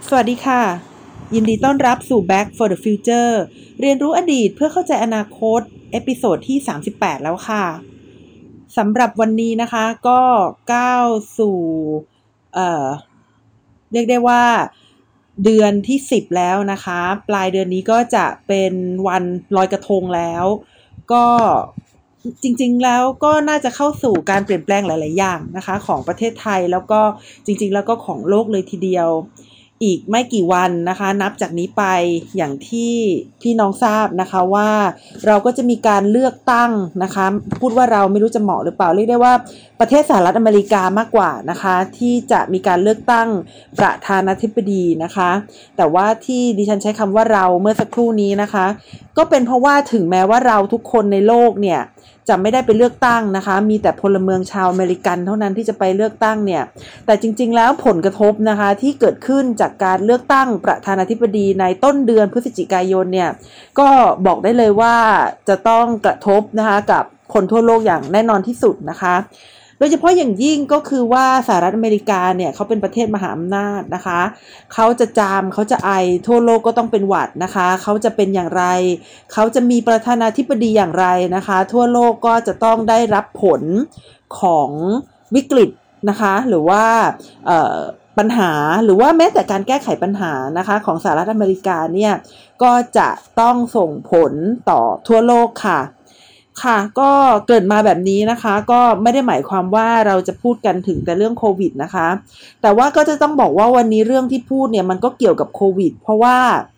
สวัสดีค่ะยินดีต้อนรับสู่ Back for the Future เรียนรู้อดีตเพื่อเข้าใจอนาคตเอพิโซดที่38แล้วค่ะสำหรับวันนี้นะคะก็ก้าวสู่เรียกได้ว่าเดือนที่10แล้วนะคะปลายเดือนนี้ก็จะเป็นวันลอยกระทงแล้วก็จริงๆแล้วก็น่าจะเข้าสู่การเปลี่ยนแปลงหลายๆอย่างนะคะของประเทศไทยแล้วก็จริงๆแล้วก็ของโลกเลยทีเดียวอีกไม่กี่วันนะคะนับจากนี้ไปอย่างที่พี่น้องทราบนะคะว่าเราก็จะมีการเลือกตั้งนะคะพูดว่าเราไม่รู้จะเหมาะหรือเปล่าเรียกได้ว่าประเทศสหรัฐอเมริกามากกว่านะคะที่จะมีการเลือกตั้งประธานาธิบดีนะคะแต่ว่าที่ดิฉันใช้คำว่าเราเมื่อสักครู่นี้นะคะก็เป็นเพราะว่าถึงแม้ว่าเราทุกคนในโลกเนี่ยจะไม่ได้ไปเลือกตั้งนะคะมีแต่พลเมืองชาวอเมริกันเท่านั้นที่จะไปเลือกตั้งเนี่ยแต่จริงๆแล้วผลกระทบนะคะที่เกิดขึ้นจากการเลือกตั้งประธานาธิบดีในต้นเดือนพฤศจิกายนเนี่ยก็บอกได้เลยว่าจะต้องกระทบนะคะกับคนทั่วโลกอย่างแน่นอนที่สุดนะคะโดยเฉพาะอย่างยิ่งก็คือว่าสหรัฐอเมริกาเนี่ยเขาเป็นประเทศมหาอำนาจนะคะเขาจะจามเขาจะไอทั่วโลกก็ต้องเป็นหวัดนะคะเขาจะเป็นอย่างไรเขาจะมีประธานาธิบดีอย่างไรนะคะทั่วโลกก็จะต้องได้รับผลของวิกฤตนะคะหรือว่าปัญหาหรือว่าแม้แต่การแก้ไขปัญหานะคะของสหรัฐอเมริกาเนี่ยก็จะต้องส่งผลต่อทั่วโลกค่ะก็เกิดมาแบบนี้นะคะก็ไม่ได้หมายความว่าเราจะพูดกันถึงแต่เรื่องโควิดนะคะแต่ว่าก็จะต้องบอกว่าวันนี้เรื่องที่พูดเนี่ยมันก็เกี่ยวกับโควิดเพราะว่า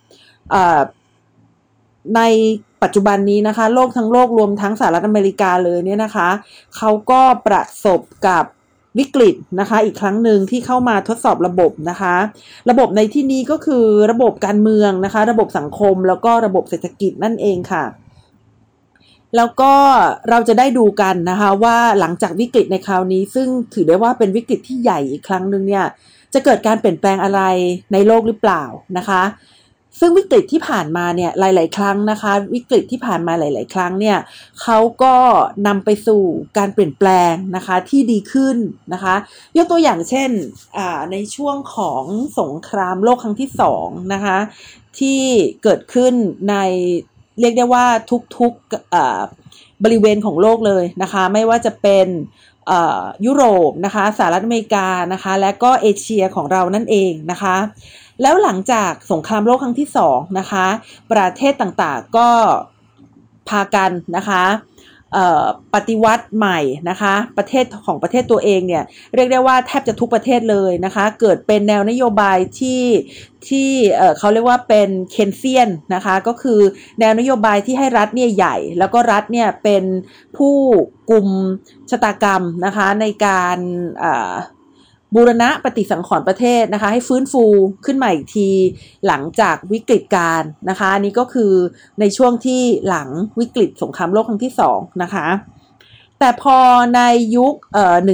ในปัจจุบันนี้นะคะโลกทั้งโลกรวมทั้งสหรัฐอเมริกาเลยเนี่ยนะคะเขาก็ประสบกับวิกฤตนะคะอีกครั้งหนึ่งที่เข้ามาทดสอบระบบนะคะระบบในที่นี้ก็คือระบบการเมืองนะคะระบบสังคมแล้วก็ระบบเศรษฐกิจนั่นเองค่ะแล้วก็เราจะได้ดูกันนะคะว่าหลังจากวิกฤตในคราวนี้ซึ่งถือได้ว่าเป็นวิกฤตที่ใหญ่อีกครั้งนึงเนี่ยจะเกิดการเปลี่ยนแปลงอะไรในโลกหรือเปล่านะคะซึ่งวิกฤตที่ผ่านมาเนี่ยหลายๆครั้งนะคะวิกฤตที่ผ่านมาหลายๆครั้งเนี่ยเขาก็นำไปสู่การเปลี่ยนแปลงนะคะที่ดีขึ้นนะคะยกตัวอย่างเช่นในช่วงของสงครามโลกครั้งที่2นะคะที่เกิดขึ้นในเรียกได้ว่าทุกๆบริเวณของโลกเลยนะคะไม่ว่าจะเป็นยุโรปนะคะสหรัฐอเมริกานะคะและก็เอเชียของเรานั่นเองนะคะแล้วหลังจากสงครามโลกครั้งที่2นะคะประเทศต่างๆก็พากันนะคะปฏิวัติใหม่นะคะประเทศตัวเองเนี่ยเรียกได้ว่าแทบจะทุกประเทศเลยนะคะเกิดเป็นแนวนโยบายที่เขาเรียกว่าเป็นเคนเซียนนะคะก็คือแนวนโยบายที่ให้รัฐเนี่ยใหญ่แล้วก็รัฐเนี่ยเป็นผู้กุมชะตากรรมนะคะในการบูรณะปฏิสังขรณ์ประเทศนะคะให้ฟื้นฟูขึ้นมาอีกทีหลังจากวิกฤตการณ์นะคะอันนี้ก็คือในช่วงที่หลังวิกฤตสงครามโลกครั้งที่2นะคะแต่พอในยุค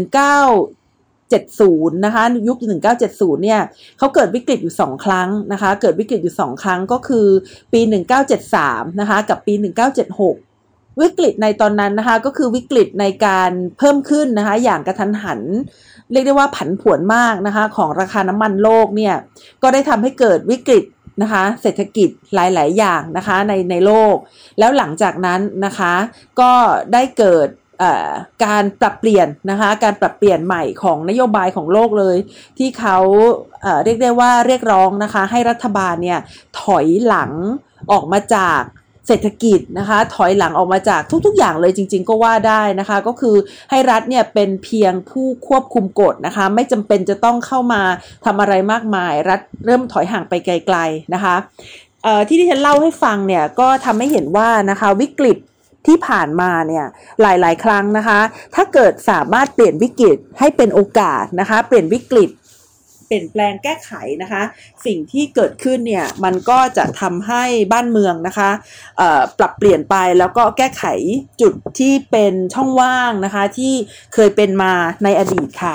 1970นะคะยุค1970เนี่ยเขาเกิดวิกฤตอยู่2ครั้งนะคะเกิดวิกฤตอยู่2ครั้งก็คือปี1973นะคะกับปี1976วิกฤตในตอนนั้นนะคะก็คือวิกฤตในการเพิ่มขึ้นนะคะอย่างกระทันหันเรียกได้ว่าผันผวนมากนะคะของราคาน้ำมันโลกเนี่ยก็ได้ทำให้เกิดวิกฤตนะคะเศรษฐกิจหลายๆอย่างนะคะในโลกแล้วหลังจากนั้นนะคะก็ได้เกิดการปรับเปลี่ยนนะคะการปรับเปลี่ยนใหม่ของนโยบายของโลกเลยที่เขาเรียกได้ว่าเรียกร้องนะคะให้รัฐบาลเนี่ยถอยหลังออกมาจากเศรษฐกิจนะคะถอยหลังออกมาจากทุกๆอย่างเลยจริงๆก็ว่าได้นะคะก็คือให้รัฐเนี่ยเป็นเพียงผู้ควบคุมกฎนะคะไม่จำเป็นจะต้องเข้ามาทำอะไรมากมายรัฐเริ่มถอยห่างไปไกลๆนะคะที่ฉันเล่าให้ฟังเนี่ยก็ทำให้เห็นว่านะคะวิกฤตที่ผ่านมาเนี่ยหลายๆครั้งนะคะถ้าเกิดสามารถเปลี่ยนวิกฤตให้เป็นโอกาสนะคะเปลี่ยนวิกฤตเปลี่ยนแปลงแก้ไขนะคะสิ่งที่เกิดขึ้นเนี่ยมันก็จะทำให้บ้านเมืองนะคะปรับเปลี่ยนไปแล้วก็แก้ไขจุดที่เป็นช่องว่างนะคะที่เคยเป็นมาในอดีตค่ะ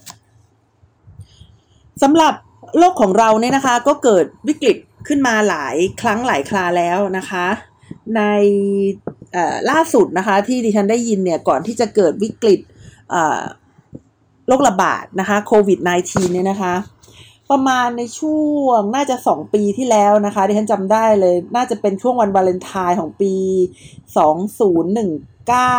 สำหรับโลกของเราเนี่ยนะคะก็เกิดวิกฤตขึ้นมาหลายครั้งหลายคราแล้วนะคะในล่าสุดนะคะที่ดิฉันได้ยินเนี่ยก่อนที่จะเกิดวิกฤตโรคระบาดนะคะโควิด -19 เนี่ยนะคะประมาณในช่วงน่าจะ2 ปีที่แล้วนะคะที่ฉันจำได้เลยน่าจะเป็นช่วงวันวาเลนไทน์ของปี2019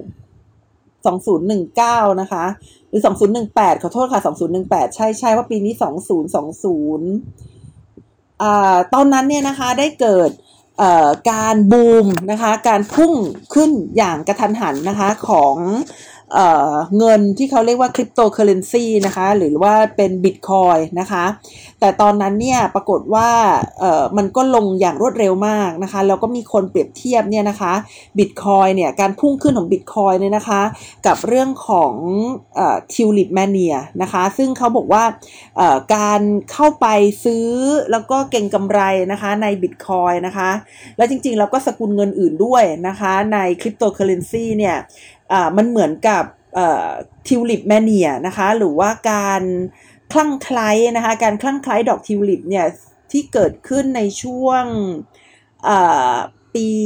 นะคะหรือ2018ขอโทษค่ะ2018ใช่เพราะปีนี้2020ตอนนั้นเนี่ยนะคะได้เกิดการบูมนะคะการพุ่งขึ้นอย่างกระทันหันนะคะของเงินที่เขาเรียกว่าคริปโตเคอเรนซีนะคะหรือว่าเป็นบิตคอยนะคะแต่ตอนนั้นเนี่ยปรากฏว่ามันก็ลงอย่างรวดเร็วมากนะคะแล้วก็มีคนเปรียบเทียบเนี่ยนะคะบิตคอยเนี่ยการพุ่งขึ้นของบิตคอยเนี่ยนะคะกับเรื่องของทิวลิปแมเนียนะคะซึ่งเขาบอกว่าการเข้าไปซื้อแล้วก็เก็งกำไรนะคะในบิตคอยนะคะแล้วจริงๆเราก็สกุลเงินอื่นด้วยนะคะในคริปโตเคอเรนซีเนี่ยมันเหมือนกับทิวลิปแมเนียนะคะหรือว่าการคลั่งไคล้นะคะการคลั่งไคล้ดอกทิวลิปเนี่ยที่เกิดขึ้นในช่วงปี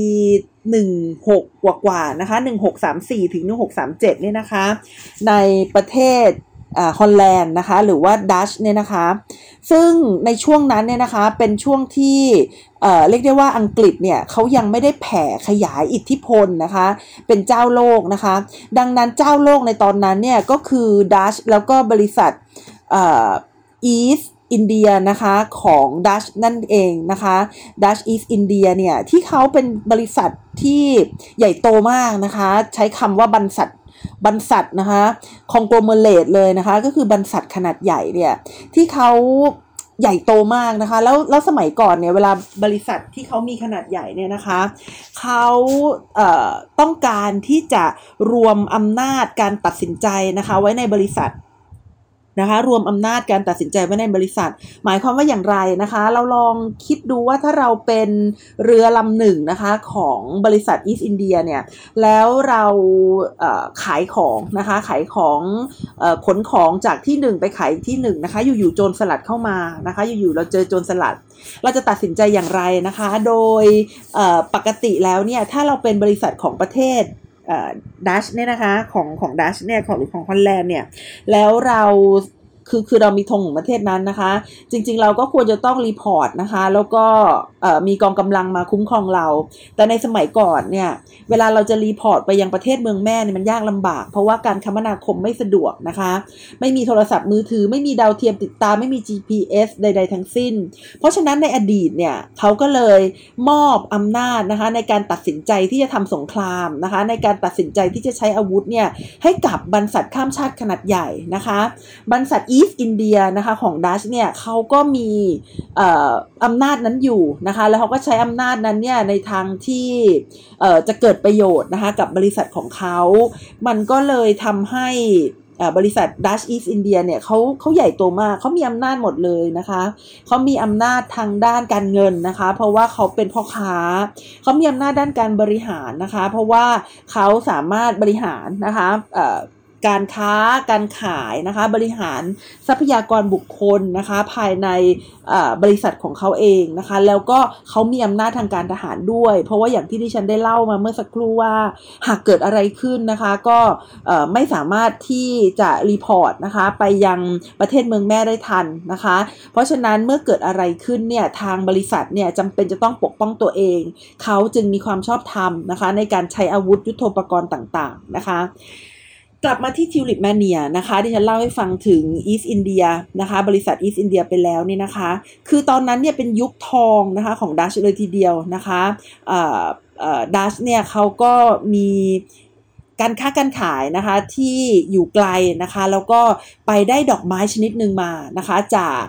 16กว่านะคะ1634ถึง1637เนี่ยนะคะในประเทศฮอลแลนด์นะคะหรือว่าดัชเนี่ยนะคะซึ่งในช่วงนั้นเนี่ยนะคะเป็นช่วงที่เรียกได้ว่าอังกฤษเนี่ยเขายังไม่ได้แผ่ขยายอิทธิพลนะคะเป็นเจ้าโลกนะคะดังนั้นเจ้าโลกในตอนนั้นเนี่ยก็คือดัชแล้วก็บริษัทอีสต์อินเดียนะคะของดัชนั่นเองนะคะดัชอีสต์อินเดียเนี่ยที่เขาเป็นบริษัทที่ใหญ่โตมากนะคะใช้คำว่าบรรษัทนะคะคองโกลเมเลตเลยนะคะก็คือบรรษัทขนาดใหญ่เนี่ยที่เขาใหญ่โตมากนะคะแล้วสมัยก่อนเนี่ยเวลาบริษัทที่เขามีขนาดใหญ่เนี่ยนะคะเขาต้องการที่จะรวมอำนาจการตัดสินใจนะคะไว้ในบริษัทนะคะรวมอำนาจการตัดสินใจไว้ในบริษัทหมายความว่าอย่างไรนะคะเราลองคิดดูว่าถ้าเราเป็นเรือลำหนึ่งนะคะของบริษัทอีสต์อินเดียเนี่ยแล้วเราขายของนะคะขายของขนของจากที่หนึ่งไปขายที่หนึ่งนะคะอยู่ๆโจรสลัดเข้ามานะคะอยู่ๆเราเจอโจรสลัดเราจะตัดสินใจอย่างไรนะคะโดยปกติแล้วเนี่ยถ้าเราเป็นบริษัทของประเทศดัชเนี่ยนะคะของดัชเนี่ยหรือของฮอลแลนด์เนี่ยแล้วเราคือเรามีธงของประเทศนั้นนะคะจริงๆเราก็ควรจะต้องรีพอร์ตนะคะแล้วก็มีกองกำลังมาคุ้มครองเราแต่ในสมัยก่อนเนี่ยเวลาเราจะรีพอร์ตไปยังประเทศเมืองแม่เนี่ยมันยากลำบากเพราะว่าการคมนาคมไม่สะดวกนะคะไม่มีโทรศัพท์มือถือไม่มีดาวเทียมติดตามไม่มี GPS ใดๆทั้งสิ้นเพราะฉะนั้นในอดีตเนี่ยเขาก็เลยมอบอำนาจนะคะในการตัดสินใจที่จะทำสงครามนะคะในการตัดสินใจที่จะใช้อาวุธเนี่ยให้กับบรรษัทข้ามชาติขนาดใหญ่นะคะบรรษัทอีสต์อินเดียนะคะของดัชเนี่ยเขาก็มีอำนาจนั้นอยู่นะคะแล้วเขาก็ใช้อำนาจนั้นเนี่ยในทางที่จะเกิดประโยชน์นะคะกับบริษัทของเขามันก็เลยทำให้บริษัท Dutch East India เนี่ยเขาใหญ่โตมากเขามีอำนาจหมดเลยนะคะเขามีอำนาจทางด้านการเงินนะคะเพราะว่าเขาเป็นพ่อค้าเขามีอำนาจด้านการบริหารนะคะเพราะว่าเขาสามารถบริหารนะคะการค้าการขายนะคะบริหารทรัพยากรบุคคลนะคะภายในบริษัทของเขาเองนะคะแล้วก็เขามีอำนาจทางการทหารด้วยเพราะว่าอย่างที่ดิฉันได้เล่ามาเมื่อสักครู่ว่าหากเกิดอะไรขึ้นนะคะก็ไม่สามารถที่จะรีพอร์ตนะคะไปยังประเทศเมืองแม่ได้ทันนะคะเพราะฉะนั้นเมื่อเกิดอะไรขึ้นเนี่ยทางบริษัทเนี่ยจำเป็นจะต้องปกป้องตัวเองเขาจึงมีความชอบธรรมนะคะในการใช้อาวุธยุทโธปกรณ์ต่างๆนะคะกลับมาที่ทิวลิปแมเนียนะคะที่ฉันเล่าให้ฟังถึงอีสต์อินเดียนะคะบริษัทอีสต์อินเดียไปแล้วนี่นะคะคือตอนนั้นเนี่ยเป็นยุคทองนะคะของดัชเลยทีเดียวนะคะดัชเนี่ยเขาก็มีการค้าการขายนะคะที่อยู่ไกลนะคะแล้วก็ไปได้ดอกไม้ชนิดหนึ่งมานะคะจาก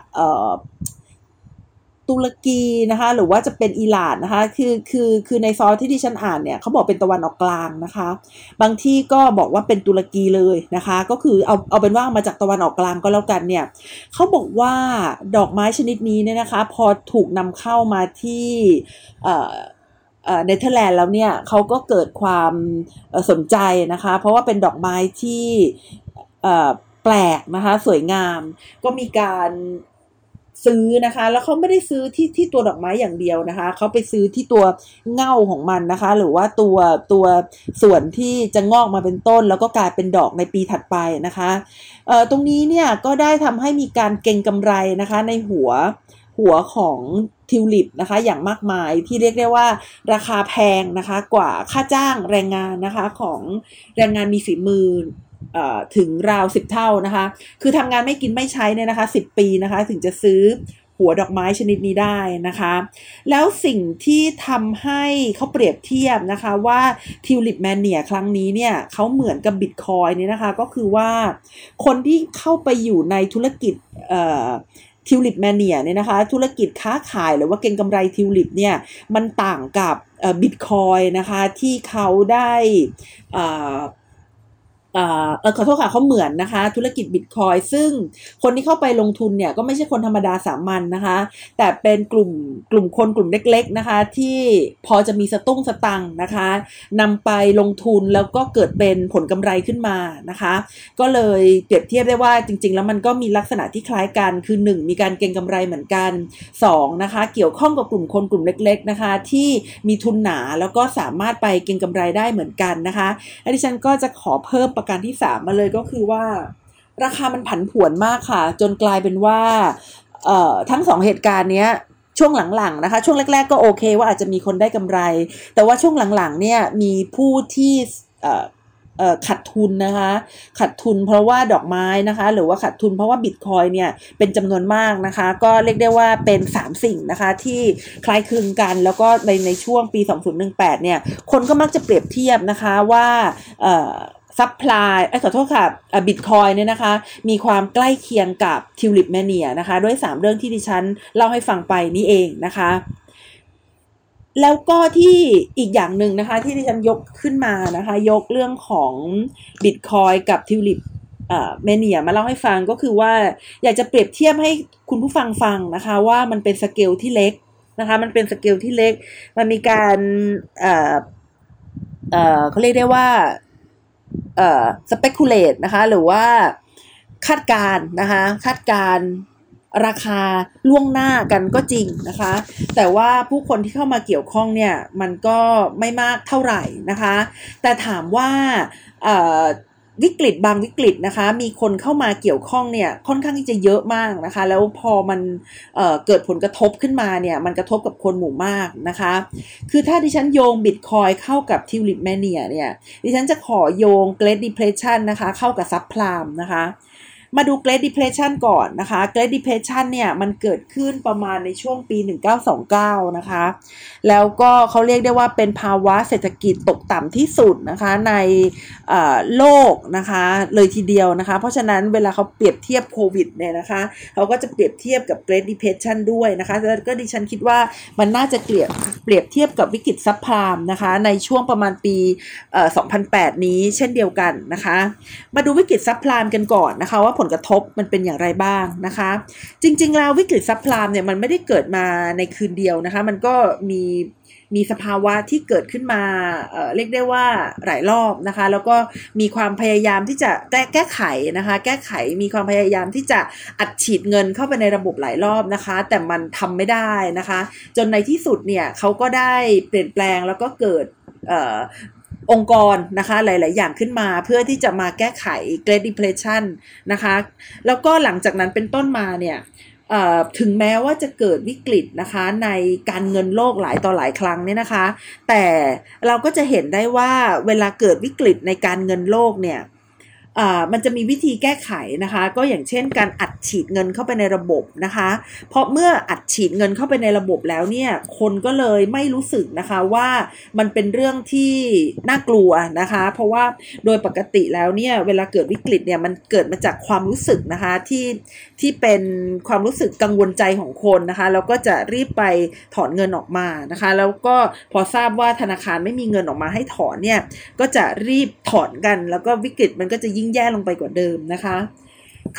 ตุรกีนะคะหรือว่าจะเป็นอิหร่านนะคะคือในซอสที่ดิฉันอ่านเนี่ยเขาบอกเป็นตะวันออกกลางนะคะบางที่ก็บอกว่าเป็นตุรกีเลยนะคะก็คือเอาเป็นว่ามาจากตะวันออกกลางก็แล้วกันเนี่ยเขาบอกว่าดอกไม้ชนิดนี้เนี่ยนะคะพอถูกนำเข้ามาที่เนเธอร์แลนด์แล้วเนี่ยเขาก็เกิดความสนใจนะคะเพราะว่าเป็นดอกไม้ที่แปลกนะคะสวยงามก็มีการซื้อนะคะแล้วเขาไม่ได้ซื้อที่ตัวดอกไม้อย่างเดียวนะคะเขาไปซื้อที่ตัวเง่าของมันนะคะหรือว่าตัวส่วนที่จะงอกมาเป็นต้นแล้วก็กลายเป็นดอกในปีถัดไปนะคะตรงนี้เนี่ยก็ได้ทำให้มีการเก็งกำไรนะคะในหัวของทิวลิปนะคะอย่างมากมายที่เรียกได้ว่าราคาแพงนะคะกว่าค่าจ้างแรงงานนะคะของแรงงานมีฝีมือถึงราว10 เท่านะคะคือทำงานไม่กินไม่ใช้เนี่ยนะคะ10 ปีนะคะถึงจะซื้อหัวดอกไม้ชนิดนี้ได้นะคะแล้วสิ่งที่ทำให้เขาเปรียบเทียบนะคะว่าทิวลิปแมเนียครั้งนี้เนี่ยเขาเหมือนกับบิตคอยน์เนี่ยนะคะก็คือว่าคนที่เข้าไปอยู่ในธุรกิจทิวลิปแมเนียเนี่ยนะคะธุรกิจค้าขายหรือว่าเก็งกำไรทิวลิปเนี่ยมันต่างกับบิตคอยน์นะคะที่เขาได้ขอโทษค่ะเขาเหมือนนะคะธุรกิจบิตคอยซึ่งคนที่เข้าไปลงทุนเนี่ยก็ไม่ใช่คนธรรมดาสามัญนะคะแต่เป็นกลุ่มคนกลุ่มเล็กๆนะคะที่พอจะมีสตังค์นะคะนำไปลงทุนแล้วก็เกิดเป็นผลกำไรขึ้นมานะคะก็เลยเปรียบเทียบได้ว่าจริงๆแล้วมันก็มีลักษณะที่คล้ายกันคือ1มีการเก็งกำไรเหมือนกัน2นะคะเกี่ยวข้องกับกลุ่มคนกลุ่มเล็กๆนะคะที่มีทุนหนาแล้วก็สามารถไปเก็งกำไรได้เหมือนกันนะคะและดิฉันก็จะขอเพิ่มประการที่3มาเลยก็คือว่าราคามันผันผวนมากค่ะจนกลายเป็นว่าทั้ง2เหตุการณ์เนี้ยช่วงหลังๆนะคะช่วงแรกๆก็โอเคว่าอาจจะมีคนได้กำไรแต่ว่าช่วงหลังๆเนี่ยมีผู้ที่ขัดทุนนะคะขัดทุนเพราะว่าดอกไม้นะคะหรือว่าขัดทุนเพราะว่าบิตคอยเนี่ยเป็นจำนวนมากนะคะก็เรียกได้ว่าเป็น3สิ่งนะคะที่คล้ายคลึงกันแล้วก็ในช่วงปี2018เนี่ยคนก็มักจะเปรียบเทียบนะคะว่าซัพพลายขอโทษค่ะบิตคอยเนี่ยนะคะมีความใกล้เคียงกับทิวลิปแมเนียนะคะด้วย3เรื่องที่ดิฉันเล่าให้ฟังไปนี่เองนะคะแล้วก็ที่อีกอย่างหนึ่งนะคะที่ดิฉันยกขึ้นมานะคะยกเรื่องของบิตคอยกับทิวลิปแมเนียมาเล่าให้ฟังก็คือว่าอยากจะเปรียบเทียบให้คุณผู้ฟังฟังนะคะว่ามันเป็นสเกลที่เล็กนะคะมันเป็นสเกลที่เล็กมันมีการเขาเรียกได้ว่าspeculate นะคะหรือว่าคาดการนะคะคาดการราคาล่วงหน้ากันก็จริงนะคะแต่ว่าผู้คนที่เข้ามาเกี่ยวข้องเนี่ยมันก็ไม่มากเท่าไหร่นะคะแต่ถามว่าวิกฤตบางวิกฤตนะคะมีคนเข้ามาเกี่ยวข้องเนี่ยค่อนข้างที่จะเยอะมากนะคะแล้วพอมันเกิดผลกระทบขึ้นมาเนี่ยมันกระทบกับคนหมู่มากนะคะคือถ้าดิฉันโยงบิตคอยเข้ากับทิวลิปแมเนียเนี่ยดิฉันจะขอโยง Great Depression นะคะเข้ากับซับไพรม์นะคะมาดู Great Depression ก่อนนะคะ Great Depression เนี่ยมันเกิดขึ้นประมาณในช่วงปี1929นะคะแล้วก็เขาเรียกได้ว่าเป็นภาวะเศรษฐกิจตกต่ำที่สุดนะคะในโลกนะคะเลยทีเดียวนะคะเพราะฉะนั้นเวลาเขาเปรียบเทียบโควิดเนี่ยนะคะเขาก็จะเปรียบเทียบกับ Great Depression ด้วยนะคะแล้วก็ดิฉันคิดว่ามันน่าจะเปรียบเทียบกับวิกฤตซับไพรม์นะคะในช่วงประมาณปี2008นี้เช่นเดียวกันนะคะมาดูวิกฤตซับไพรม์กันก่อนนะคะว่าผลกระทบมันเป็นอย่างไรบ้างนะคะจริงๆแล้ววิกฤตซับไพรม์เนี่ยมันไม่ได้เกิดมาในคืนเดียวนะคะมันก็มีสภาวะที่เกิดขึ้นมาเรียกได้ว่าหลายรอบนะคะแล้วก็มีความพยายามที่จะแก้ไขนะคะแก้ไขมีความพยายามที่จะอัดฉีดเงินเข้าไปในระบบหลายรอบนะคะแต่มันทำไม่ได้นะคะจนในที่สุดเนี่ยเขาก็ได้เปลี่ยนแปลงแล้วก็เกิดองค์กรนะคะหลายๆอย่างขึ้นมาเพื่อที่จะมาแก้ไข Great Depression นะคะแล้วก็หลังจากนั้นเป็นต้นมาเนี่ยถึงแม้ว่าจะเกิดวิกฤตนะคะในการเงินโลกหลายต่อหลายครั้งเนี่ยนะคะแต่เราก็จะเห็นได้ว่าเวลาเกิดวิกฤตในการเงินโลกเนี่ยมันจะมีวิธีแก้ไขนะคะก็อย่างเช่นการอัดฉีดเงินเข้าไปในระบบนะคะเพราะเมื่ออัดฉีดเงินเข้าไปในระบบแล้วเนี่ยคนก็เลยไม่รู้สึกนะคะว่ามันเป็นเรื่องที่น่ากลัวนะคะเพราะว่าโดยปกติแล้วเนี่ยเวลาเกิดวิกฤตเนี่ยมันเกิดมาจากความรู้สึกนะคะที่เป็นความรู้สึกกังวลใจของคนนะคะแล้วก็จะรีบไปถอนเงินออกมานะคะแล้วก็พอทราบว่าธนาคารไม่มีเงินออกมาให้ถอนเนี่ยก็จะรีบถอนกันแล้วก็วิกฤตมันก็จะยิ่งแย่ลงไปกว่าเดิมนะคะคื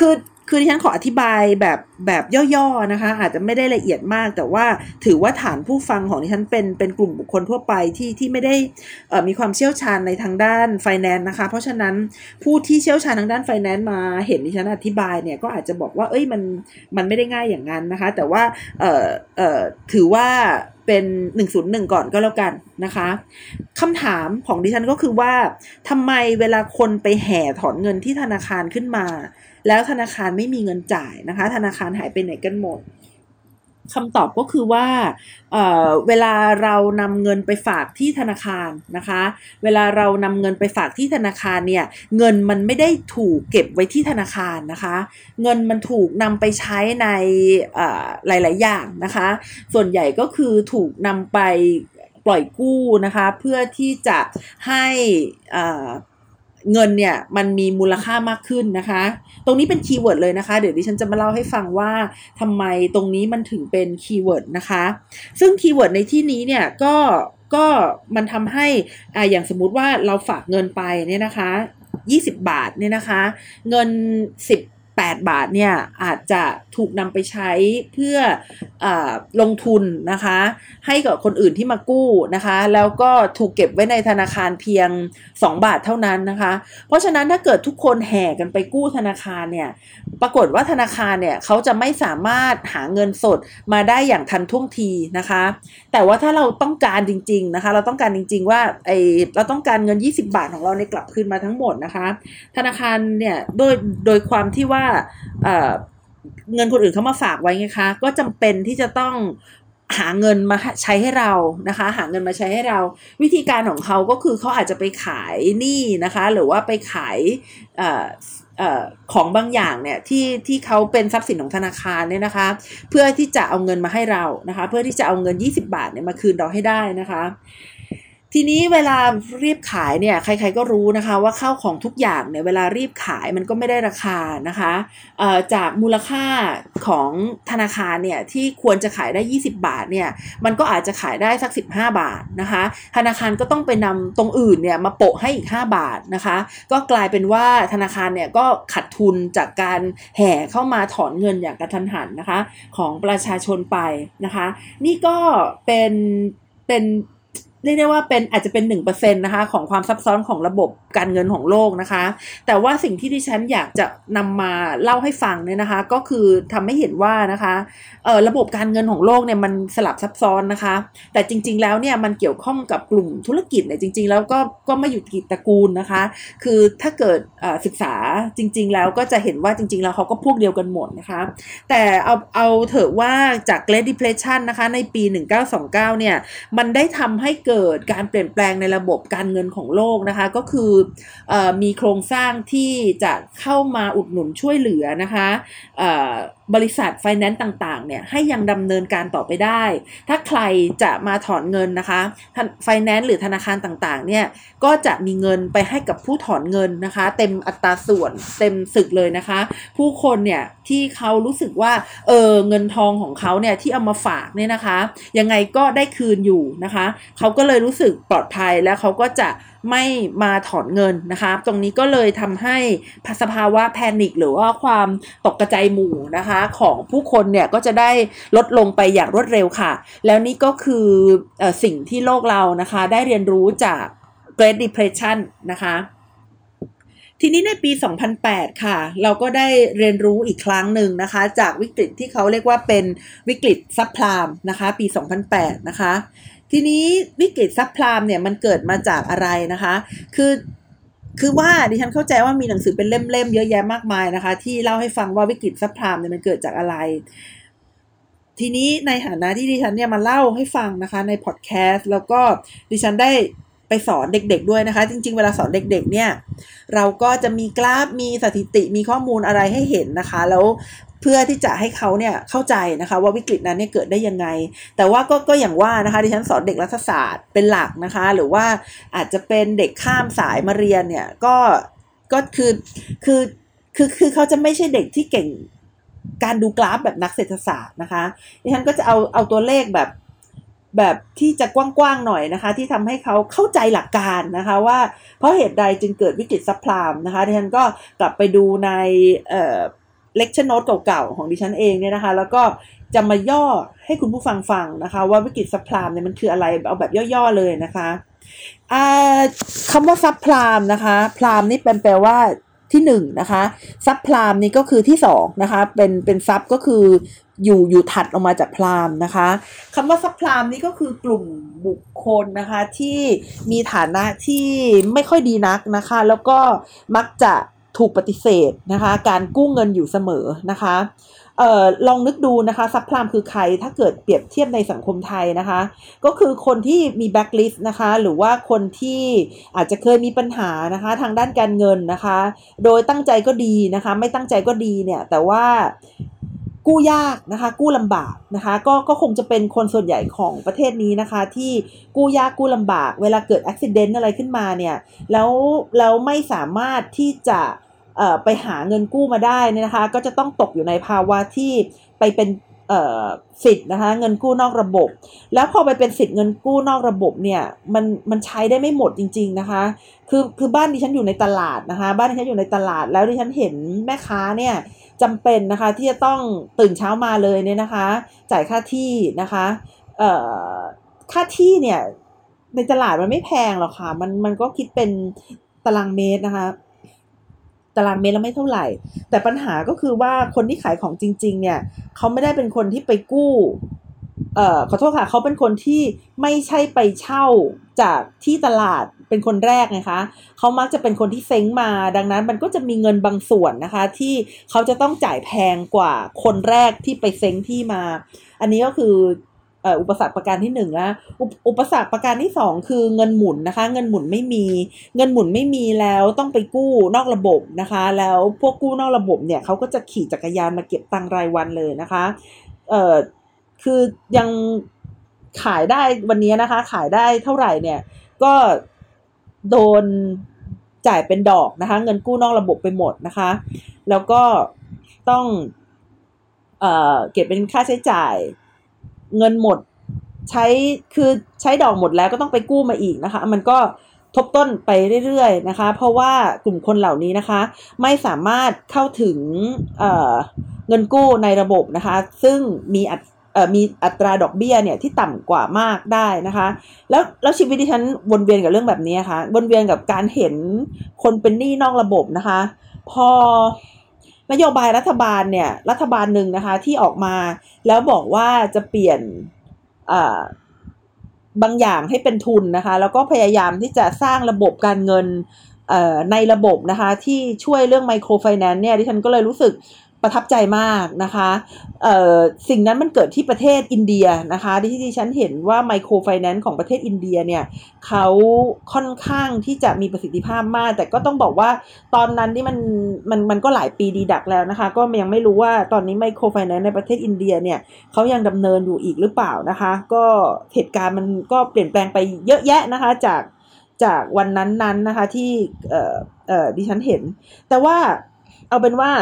คือดิฉันขออธิบายแบบย่อๆนะคะอาจจะไม่ได้ละเอียดมากแต่ว่าถือว่าฐานผู้ฟังของดิฉันเป็นกลุ่มบุคคลทั่วไปที่ไม่ได้มีความเชี่ยวชาญในทางด้าน finance นะคะเพราะฉะนั้นผู้ที่เชี่ยวชาญทางด้าน finance มาเห็นดิฉันอธิบายเนี่ยก็อาจจะบอกว่ามันไม่ได้ง่ายอย่างนั้นนะคะแต่ว่าถือว่าเป็น101ก่อนก็แล้วกันนะคะคำถามของดิฉันก็คือว่าทำไมเวลาคนไปแห่ถอนเงินที่ธนาคารขึ้นมาแล้วธนาคารไม่มีเงินจ่ายนะคะธนาคารหายไปไหนกันหมดคำตอบก็คือว่าเวลาเรานำเงินไปฝากที่ธนาคารนะคะเวลาเรานำเงินไปฝากที่ธนาคารเนี่ยเงินมันไม่ได้ถูกเก็บไว้ที่ธนาคารนะคะเงินมันถูกนำไปใช้ในหลายๆอย่างนะคะส่วนใหญ่ก็คือถูกนำไปปล่อยกู้นะคะเพื่อที่จะให้เงินเนี่ยมันมีมูลค่ามากขึ้นนะคะตรงนี้เป็นคีย์เวิร์ดเลยนะคะเดี๋ยวดิฉันจะมาเล่าให้ฟังว่าทำไมตรงนี้มันถึงเป็นคีย์เวิร์ดนะคะซึ่งคีย์เวิร์ดในที่นี้เนี่ยก็มันทำให้อย่างสมมุติว่าเราฝากเงินไปเนี่ยนะคะ20 บาทเนี่ยนะคะเงิน18 บาทเนี่ยอาจจะถูกนำไปใช้เพื่อลงทุนนะคะให้กับคนอื่นที่มากู้นะคะแล้วก็ถูกเก็บไว้ในธนาคารเพียง2 บาทเท่านั้นนะคะเพราะฉะนั้นถ้าเกิดทุกคนแห่กันไปกู้ธนาคารเนี่ยปรากฏว่าธนาคารเนี่ยเขาจะไม่สามารถหาเงินสดมาได้อย่างทันท่วงทีนะคะแต่ว่าถ้าเราต้องการจริงๆนะคะเราต้องการจริงๆว่าเราต้องการเงิน20 บาทของเราในกลับคืนมาทั้งหมดนะคะธนาคารเนี่ยโดยความที่ว่าเงินคนอื่นเขามาฝากไว้ไงคะก็จำเป็นที่จะต้องหาเงินมาใช้ให้เรานะคะหาเงินมาใช้ให้เราวิธีการของเขาก็คือเขาอาจจะไปขายหนี้นะคะหรือว่าไปขายของบางอย่างเนี่ยที่เขาเป็นทรัพย์สินของธนาคารเนี่ยนะคะเพื่อที่จะเอาเงินมาให้เรานะคะเพื่อที่จะเอาเงิน20 บาทเนี่ยมาคืนเราให้ได้นะคะทีนี้เวลารีบขายเนี่ยใครๆก็รู้นะคะว่าข้าวของทุกอย่างเนี่ยเวลารีบขายมันก็ไม่ได้ราคานะคะจากมูลค่าของธนาคารเนี่ยที่ควรจะขายได้20 บาทเนี่ยมันก็อาจจะขายได้สัก15 บาทนะคะธนาคารก็ต้องไปนำตรงอื่นเนี่ยมาโปะให้อีก5 บาทนะคะก็กลายเป็นว่าธนาคารเนี่ยก็ขาดทุนจากการแห่เข้ามาถอนเงินอย่างกระทันหันนะคะของประชาชนไปนะคะนี่ก็เป็นเรียกได้ว่าอาจจะเป็น 1% นะคะของความซับซ้อนของระบบการเงินของโลกนะคะแต่ว่าสิ่งที่ดิฉันอยากจะนำมาเล่าให้ฟังเนี่ยนะคะก็คือทำให้เห็นว่านะคะระบบการเงินของโลกเนี่ยมันสลับซับซ้อนนะคะแต่จริงๆแล้วเนี่ยมันเกี่ยวข้องกับกลุ่มธุรกิจเนี่ยจริงๆแล้วก็ไม่อยู่กี่ตระกูลนะคะคือถ้าเกิดศึกษาจริงๆแล้วก็จะเห็นว่าจริงๆแล้วเขาก็พวกเดียวกันหมดนะคะแต่เอาเถอะว่าจาก Great Depression นะคะในปี1929เนี่ยมันได้ทำให้เกิดการเปลี่ยนแปลงในระบบการเงินของโลกนะคะก็คือมีโครงสร้างที่จะเข้ามาอุดหนุนช่วยเหลือนะคะบริษัทไฟแนนซ์ต่างๆเนี่ยให้ยังดำเนินการต่อไปได้ถ้าใครจะมาถอนเงินนะคะไฟแนนซ์หรือธนาคารต่างๆเนี่ยก็จะมีเงินไปให้กับผู้ถอนเงินนะคะเต็มอัตราส่วนเต็มสึกเลยนะคะผู้คนเนี่ยที่เขารู้สึกว่าเงินทองของเขาเนี่ยที่เอามาฝากเนี่ยนะคะยังไงก็ได้คืนอยู่นะคะเขาก็เลยรู้สึกปลอดภัยแล้วเขาก็จะไม่มาถอนเงินนะคะตรงนี้ก็เลยทำให้สภาวะแพนิคหรือว่าความตกกระจายหมู่นะคะของผู้คนเนี่ยก็จะได้ลดลงไปอย่างรวดเร็วค่ะแล้วนี่ก็คือสิ่งที่โลกเรานะคะได้เรียนรู้จาก Great Depression นะคะทีนี้ในปี 2008 ค่ะเราก็ได้เรียนรู้อีกครั้งหนึ่งนะคะจากวิกฤตที่เขาเรียกว่าเป็นวิกฤตซับไพรม์นะคะปี 2008 นะคะทีนี้วิกฤตซับไพรม์เนี่ยมันเกิดมาจากอะไรนะคะคือว่าดิฉันเข้าใจว่ามีหนังสือเป็นเล่มๆเยอะแยะมากมายนะคะที่เล่าให้ฟังว่าวิกฤตซับไพรม์เนี่ยมันเกิดจากอะไรทีนี้ในฐานะที่ดิฉันเนี่ยมาเล่าให้ฟังนะคะในพอดแคสต์แล้วก็ดิฉันได้ไปสอนเด็กๆด้วยนะคะจริงๆเวลาสอนเด็กๆเนี่ยเราก็จะมีกราฟมีสถิติมีข้อมูลอะไรให้เห็นนะคะแล้วเพื่อที่จะให้เขาเนี่ยเข้าใจนะคะว่าวิกฤตนั้นเนี่ยเกิดได้ยังไงแต่ว่าก็อย่างว่านะคะดิฉันสอนเด็กรัฐศาสตร์เป็นหลักนะคะหรือว่าอาจจะเป็นเด็กข้ามสายมาเรียนเนี่ยก็คือเขาจะไม่ใช่เด็กที่เก่งการดูกราฟแบบนักเศรษฐศาสตร์นะคะดิฉันก็จะเอาตัวเลขแบบที่จะกว้างๆหน่อยนะคะที่ทำให้เขาเข้าใจหลักการนะคะว่าเพราะเหตุใดจึงเกิดวิกฤตซับไพรม์นะคะดิฉันก็กลับไปดูในเลคเชอร์โน้ตเก่าๆของดิฉันเองเนี่ยนะคะแล้วก็จะมาย่อให้คุณผู้ฟังฟังนะคะว่าวิกฤตซับไพรม์เนี่ยมันคืออะไรเอาแบบย่อๆเลยนะคะคำว่าซับไพรม์นะคะไพรม์นี่แปลว่าที่1นะคะซับไพรม์นี่ก็คือที่2นะคะเป็นซับก็คืออยู่ถัดออกมาจากไพรม์นะคะคำว่าซับไพรม์นี่ก็คือกลุ่มบุคคลนะคะที่มีฐานะที่ไม่ค่อยดีนักนะคะแล้วก็มักจะถูกปฏิเสธนะคะการกู้เงินอยู่เสมอนะคะลองนึกดูนะคะซับไพรม์คือใครถ้าเกิดเปรียบเทียบในสังคมไทยนะคะก็คือคนที่มีแบ็คลิสต์นะคะหรือว่าคนที่อาจจะเคยมีปัญหานะคะทางด้านการเงินนะคะโดยตั้งใจก็ดีนะคะไม่ตั้งใจก็ดีเนี่ยแต่ว่ากู้ยากนะคะกู้ลำบากนะคะก็คงจะเป็นคนส่วนใหญ่ของประเทศนี้นะคะที่กู้ยากกู้ลำบากเวลาเกิดอุบัติเหตุอะไรขึ้นมาเนี่ยแล้วไม่สามารถที่จะไปหาเงินกู้มาได้นะคะก็จะต้องตกอยู่ในภาวะที่ไปเป็นสิทธิ์นะคะเงินกู้นอกระบบแล้วพอไปเป็นสิทธิ์เงินกู้นอกระบบเนี่ยมันใช้ได้ไม่หมดจริงๆนะคะคือบ้านดิฉันอยู่ในตลาดนะคะบ้านดิฉันอยู่ในตลาดแล้วดิฉันเห็นแม่ค้าเนี่ยจำเป็นนะคะที่จะต้องตื่นเช้ามาเลยเนี่ยนะคะจ่ายค่าที่นะคะค่าที่เนี่ยในตลาดมันไม่แพงหรอกค่ะมันก็คิดเป็นตารางเมตรนะคะตารางเมตรแล้วไม่เท่าไหร่แต่ปัญหาก็คือว่าคนที่ขายของจริงๆเนี่ยเขาไม่ได้เป็นคนที่ไปกู้ขอโทษค่ะเขาเป็นคนที่ไม่ใช่ไปเช่าจากที่ตลาดเป็นคนแรกนะคะเขามักจะเป็นคนที่เซ้งมาดังนั้นมันก็จะมีเงินบางส่วนนะคะที่เขาจะต้องจ่ายแพงกว่าคนแรกที่ไปเซ้งที่มาอันนี้ก็คืออุปสรรคประการที่1นะอุปสรรคประการที่2คือเงินหมุนนะคะเงินหมุนไม่มีแล้วต้องไปกู้นอกระบบนะคะแล้วพวกกู้นอกระบบเนี่ยเขาก็จะขี่จักรยานมาเก็บตังค์รายวันเลยนะคะคือยังขายได้วันนี้นะคะขายได้เท่าไหร่เนี่ยก็โดนจ่ายเป็นดอกนะคะเงินกู้นอกระบบไปหมดนะคะแล้วก็ต้องเก็บเป็นค่าใช้จ่ายเงินหมดใช้ดอกหมดแล้วก็ต้องไปกู้มาอีกนะคะมันก็ทบต้นไปเรื่อยๆนะคะเพราะว่ากลุ่มคนเหล่านี้นะคะไม่สามารถเข้าถึงเงินกู้ในระบบนะคะซึ่งมีอัตราดอกเบี้ยเนี่ยที่ต่ำกว่ามากได้นะคะแล้วชีวิตที่ฉันวนเวียนกับเรื่องแบบนี้ค่ะวนเวียนกับการเห็นคนเป็นหนี้นอกระบบนะคะพอนโยบายรัฐบาลเนี่ยรัฐบาลหนึ่งนะคะที่ออกมาแล้วบอกว่าจะเปลี่ยนบางอย่างให้เป็นทุนนะคะแล้วก็พยายามที่จะสร้างระบบการเงินในระบบนะคะที่ช่วยเรื่องไมโครไฟแนนซ์เนี่ยดิฉันก็เลยรู้สึกประทับใจมากนะคะสิ่งนั้นมันเกิดที่ประเทศอินเดียนะคะที่ดิฉันเห็นว่าไมโครไฟแนนซ์ของประเทศอินเดียเนี่ยเขาค่อนข้างที่จะมีประสิทธิภาพมากแต่ก็ต้องบอกว่าตอนนั้นนี่มันก็หลายปีดีดักแล้วนะคะก็ยังไม่รู้ว่าตอนนี้ไมโครไฟแนนซ์ในประเทศอินเดียเนี่ยเขายังดำเนินอยู่อีกหรือเปล่านะคะก็เหตุการณ์มันก็เปลี่ยนแปลงไปเยอะแยะนะคะจากวันนั้นนะคะที่ดิฉันเห็นแต่ว่าเอาเป็นว่า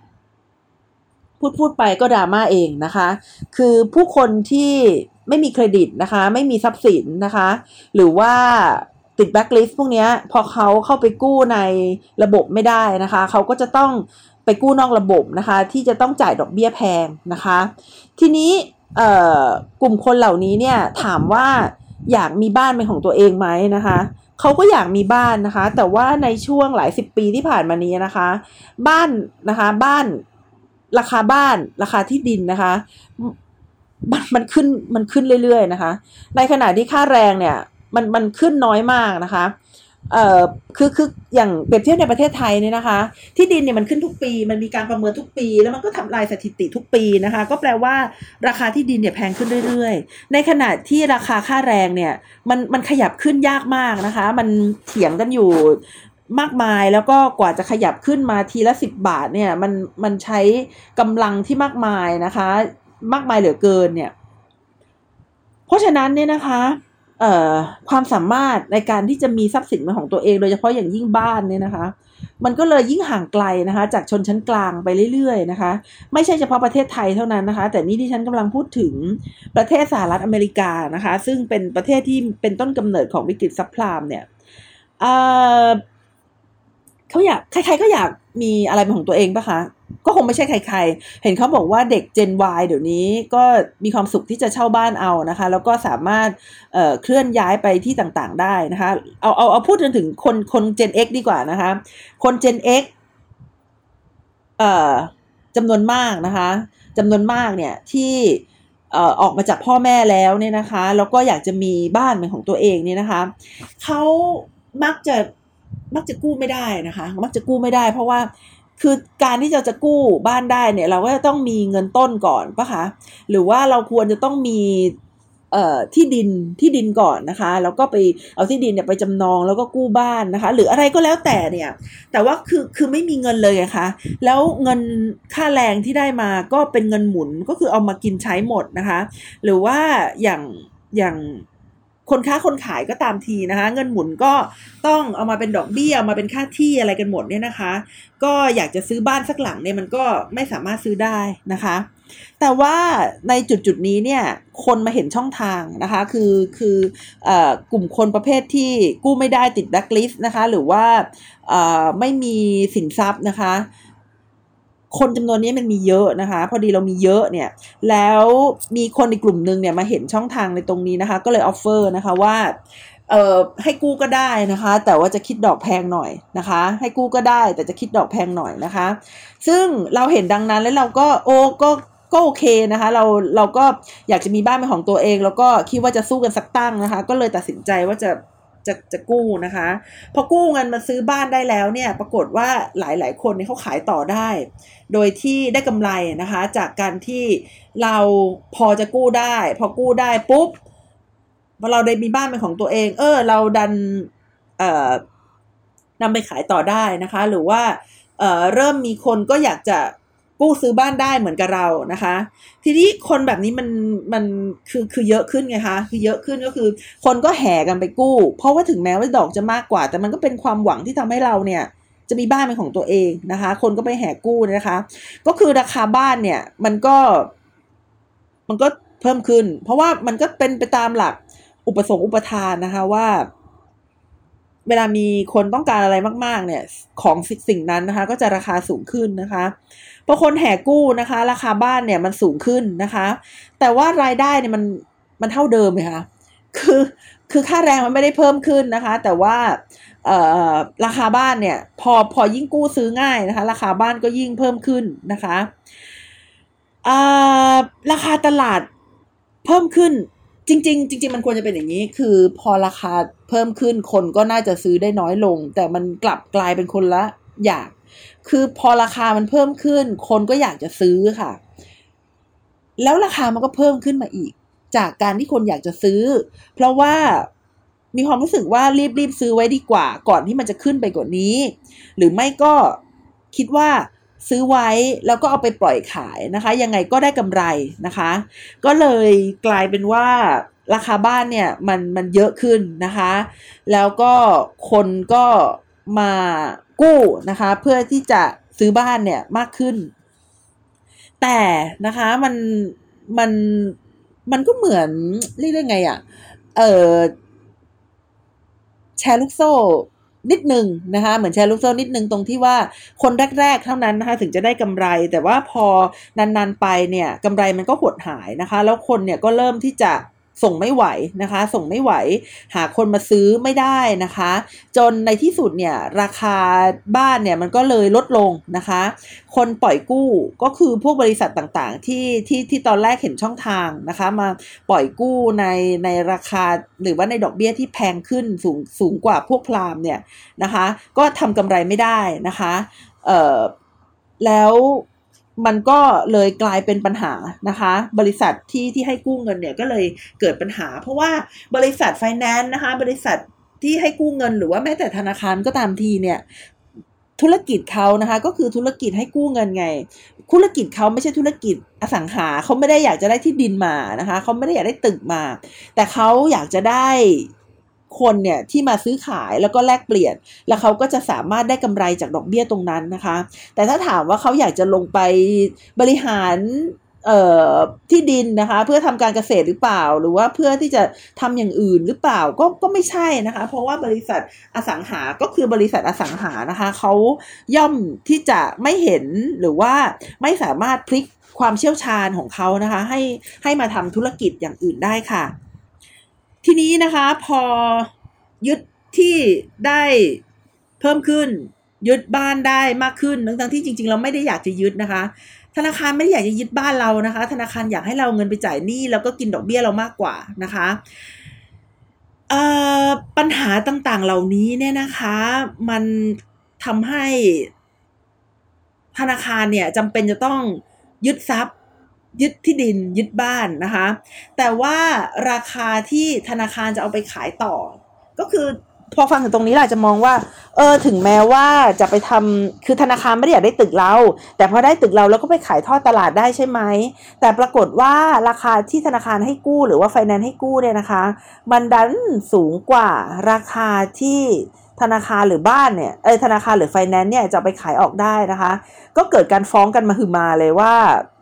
พูดไปก็ดราม่าเองนะคะคือผู้คนที่ไม่มีเครดิตนะคะไม่มีทรัพย์สินนะคะหรือว่าติดแบ็คลิสต์พวกนี้พอเขาเข้าไปกู้ในระบบไม่ได้นะคะเขาก็จะต้องไปกู้นอกระบบนะคะที่จะต้องจ่ายดอกเบี้ยแพงนะคะทีนี้กลุ่มคนเหล่านี้เนี่ยถามว่าอยากมีบ้านเป็นของตัวเองไหมนะคะเขาก็อยากมีบ้านนะคะแต่ว่าในช่วงหลาย10 ปีที่ผ่านมานี้นะคะบ้านราคาบ้านราคาที่ดินนะคะมันขึ้นเรื่อยๆนะคะในขณะที่ค่าแรงเนี่ยมันขึ้นน้อยมากนะคะคืออย่างเปรียบเทียบในประเทศไทยเนี่ยนะคะที่ดินเนี่ยมันขึ้นทุกปีมันมีการประเมินทุกปีแล้วมันก็ทำลายสถิติทุกปีนะคะก็แปลว่าราคาที่ดินเนี่ยแพงขึ้นเรื่อยๆในขณะที่ราคาค่าแรงเนี่ยมันขยับขึ้นยากมากนะคะมันเถียงกันอยู่มากมายแล้วก็กว่าจะขยับขึ้นมาทีละ10 บาทเนี่ยมันใช้กำลังที่มากมายนะคะมากมายเหลือเกินเนี่ยเพราะฉะนั้นเนี่ยนะคะความสามารถในการที่จะมีทรัพย์สินเป็นของตัวเองโดยเฉพาะอย่างยิ่งบ้านเนี่ยนะคะมันก็เลยยิ่งห่างไกลนะคะจากชนชั้นกลางไปเรื่อยๆนะคะไม่ใช่เฉพาะประเทศไทยเท่านั้นนะคะแต่นี่ที่ฉันกำลังพูดถึงประเทศสหรัฐอเมริกานะคะซึ่งเป็นประเทศที่เป็นต้นกำเนิดของวิกฤตซับไพรม์เนี่ยเขาอยากใครๆก็อยากมีอะไรเป็นของตัวเองปะคะก็คงไม่ใช่ใครๆเห็นเขาบอกว่าเด็ก Gen Y เดี๋ยวนี้ก็มีความสุขที่จะเช่าบ้านเอานะคะแล้วก็สามารถเคลื่อนย้ายไปที่ต่างๆได้นะคะเอาพูดถึงคน Gen X ดีกว่านะคะคน Gen X จำนวนมากนะคะจำนวนมากเนี่ยที่ออกมาจากพ่อแม่แล้วเนี่ยนะคะแล้วก็อยากจะมีบ้านเป็นของตัวเองเนี่ยนะคะเขามักจะกู้ไม่ได้นะคะมักจะกู้ไม่ได้เพราะว่าคือการที่จะกู้บ้านได้เนี่ยเราก็จะต้องมีเงินต้นก่อนปะคะหรือว่าเราควรจะต้องมีที่ดินก่อนนะคะแล้วก็ไปเอาที่ดินเนี่ยไปจำนองแล้วก็กู้บ้านนะคะหรืออะไรก็แล้วแต่เนี่ยแต่ว่าคือไม่มีเงินเลยนะคะแล้วเงินค่าแรงที่ได้มาก็เป็นเงินหมุนก็คือเอามากินใช้หมดนะคะหรือว่าอย่างคนค้าคนขายก็ตามทีนะคะเงินหมุนก็ต้องเอามาเป็นดอกเบี้ยเอามาเป็นค่าที่อะไรกันหมดเนี่ยนะคะก็อยากจะซื้อบ้านสักหลังเนี่ยมันก็ไม่สามารถซื้อได้นะคะแต่ว่าในจุดนี้เนี่ยคนมาเห็นช่องทางนะคะคือกลุ่มคนประเภทที่กู้ไม่ได้ติดแบล็คลิสต์นะคะหรือว่าไม่มีสินทรัพย์นะคะคนจำนวนนี้มันมีเยอะนะคะพอดีเรามีเยอะเนี่ยแล้วมีคนในกลุ่มนึงเนี่ยมาเห็นช่องทางในตรงนี้นะคะก็เลยออฟเฟอร์นะคะว่าให้กู้ก็ได้นะคะแต่ว่าจะคิดดอกแพงหน่อยนะคะให้กู้ก็ได้แต่จะคิดดอกแพงหน่อยนะคะซึ่งเราเห็นดังนั้นแล้วเราก็ก็โอเคนะคะเราก็อยากจะมีบ้านเป็นของตัวเองแล้วก็คิดว่าจะสู้กันสักตั้งนะคะก็เลยตัดสินใจว่าจะกู้นะคะพอกู้เงินมาซื้อบ้านได้แล้วเนี่ยปรากฏว่าหลายคนเนี่ยเขาขายต่อได้โดยที่ได้กำไรนะคะจากการที่เราพอจะกู้ได้พอกู้ได้ปุ๊บพอเราได้มีบ้านเป็นของตัวเองเราดันนำไปขายต่อได้นะคะหรือว่าเริ่มมีคนก็อยากจะกู้ซื้อบ้านได้เหมือนกับเรานะคะทีนี้คนแบบนี้มันคือเยอะขึ้นไงคะคือเยอะขึ้นก็คือคนก็แห่กันไปกู้เพราะว่าถึงแม้ว่าดอกจะมากกว่าแต่มันก็เป็นความหวังที่ทำให้เราเนี่ยจะมีบ้านเป็นของตัวเองนะคะคนก็ไปแห่กู้นะคะก็คือราคาบ้านเนี่ยมันก็เพิ่มขึ้นเพราะว่ามันก็เป็นไปตามหลักอุปสงค์อุปทานนะคะว่าเวลามีคนต้องการอะไรมากๆเนี่ยของสิ่งนั้นนะคะก็จะราคาสูงขึ้นนะคะพอคนแห่กู้นะคะราคาบ้านเนี่ยมันสูงขึ้นนะคะแต่ว่ารายได้เนี่ยมันเท่าเดิมเลยค่ะคือค่าแรงมันไม่ได้เพิ่มขึ้นนะคะแต่ว่าราคาบ้านเนี่ยพอยิ่งกู้ซื้อง่ายนะคะราคาบ้านก็ยิ่งเพิ่มขึ้นนะคะราคาตลาดเพิ่มขึ้นจริงมันควรจะเป็นอย่างนี้คือพอราคาเพิ่มขึ้นคนก็น่าจะซื้อได้น้อยลงแต่มันกลับกลายเป็นคนละอย่างคือพอราคามันเพิ่มขึ้นคนก็อยากจะซื้อค่ะแล้วราคามันก็เพิ่มขึ้นมาอีกจากการที่คนอยากจะซื้อเพราะว่ามีความรู้สึกว่ารีบซื้อไว้ดีกว่าก่อนที่มันจะขึ้นไปกว่านี้หรือไม่ก็คิดว่าซื้อไว้แล้วก็เอาไปปล่อยขายนะคะยังไงก็ได้กำไรนะคะก็เลยกลายเป็นว่าราคาบ้านเนี่ยมันเยอะขึ้นนะคะแล้วก็คนก็มากู้นะคะเพื่อที่จะซื้อบ้านเนี่ยมากขึ้นแต่นะคะมันก็เหมือนเรียกได้ไงอ่ะแชร์ลูกโซ่นิดนึงนะคะเหมือนแชร์ลูกโซ่นิดนึงตรงที่ว่าคนแรกๆเท่านั้นนะคะถึงจะได้กำไรแต่ว่าพอนานๆไปเนี่ยกำไรมันก็หดหายนะคะแล้วคนเนี่ยก็เริ่มที่จะส่งไม่ไหวนะคะส่งไม่ไหวหาคนมาซื้อไม่ได้นะคะจนในที่สุดเนี่ยราคาบ้านเนี่ยมันก็เลยลดลงนะคะคนปล่อยกู้ก็คือพวกบริษัทต่างๆที่ตอนแรกเห็นช่องทางนะคะมาปล่อยกู้ในราคาหรือว่าในดอกเบี้ยที่แพงขึ้นสูงกว่าพวกพรามเนี่ยนะคะก็ทำกำไรไม่ได้นะคะแล้วมันก็เลยกลายเป็นปัญหานะคะบริษัทที่ให้กู้เงินเนี่ยก็เลยเกิดปัญหาเพราะว่าบริษัทไฟแนนซ์นะคะบริษัทที่ให้กู้เงินหรือว่าแม้แต่ธนาคารก็ตามทีเนี่ยธุรกิจเขานะคะก็คือธุรกิจให้กู้เงินไงธุรกิจเขาไม่ใช่ธุรกิจอสังหาเขาไม่ได้อยากจะได้ที่ดินมานะคะเขาไม่ได้อยากได้ตึกมาแต่เขาอยากจะได้คนเนี่ยที่มาซื้อขายแล้วก็แลกเปลี่ยนแล้วเขาก็จะสามารถได้กำไรจากดอกเบี้ยตรงนั้นนะคะแต่ถ้าถามว่าเขาอยากจะลงไปบริหารที่ดินนะคะเพื่อทำการเกษตรหรือเปล่าหรือว่าเพื่อที่จะทำอย่างอื่นหรือเปล่าก็ไม่ใช่นะคะเพราะว่าบริษัทอสังหาก็คือบริษัทอสังหานะคะเขาย่อมที่จะไม่เห็นหรือว่าไม่สามารถพลิกความเชี่ยวชาญของเขานะคะให้มาทำธุรกิจอย่างอื่นได้ค่ะทีนี้นะคะพอยึดที่ได้เพิ่มขึ้นยึดบ้านได้มากขึ้นทั้งที่จริงๆเราไม่ได้อยากจะยึดนะคะธนาคารไม่ได้อยากจะยึดบ้านเรานะคะธนาคารอยากให้เราเงินไปจ่ายหนี้แล้วก็กินดอกเบี้ยเรามากกว่านะคะปัญหาต่างๆเหล่านี้เนี่ยนะคะมันทำให้ธนาคารเนี่ยจำเป็นจะต้องยึดทรัพย์ยึดที่ดินยึดบ้านนะคะแต่ว่าราคาที่ธนาคารจะเอาไปขายต่อก็คือพอฟังถึงตรงนี้เราจะมองว่าถึงแม้ว่าจะไปทำคือธนาคารไม่ได้อยากได้ตึกเราแต่พอได้ตึกเราแล้วก็ไปขายทอดตลาดได้ใช่ไหมแต่ปรากฏว่าราคาที่ธนาคารให้กู้หรือว่าไฟแนนซ์ให้กู้เนี่ยนะคะมันดันสูงกว่าราคาที่ธนาคารหรือบ้านเนี่ยธนาคารหรือไฟแนนซ์เนี่ยจะไปขายออกได้นะคะก็เกิดการฟ้องกันมาหือมาเลยว่า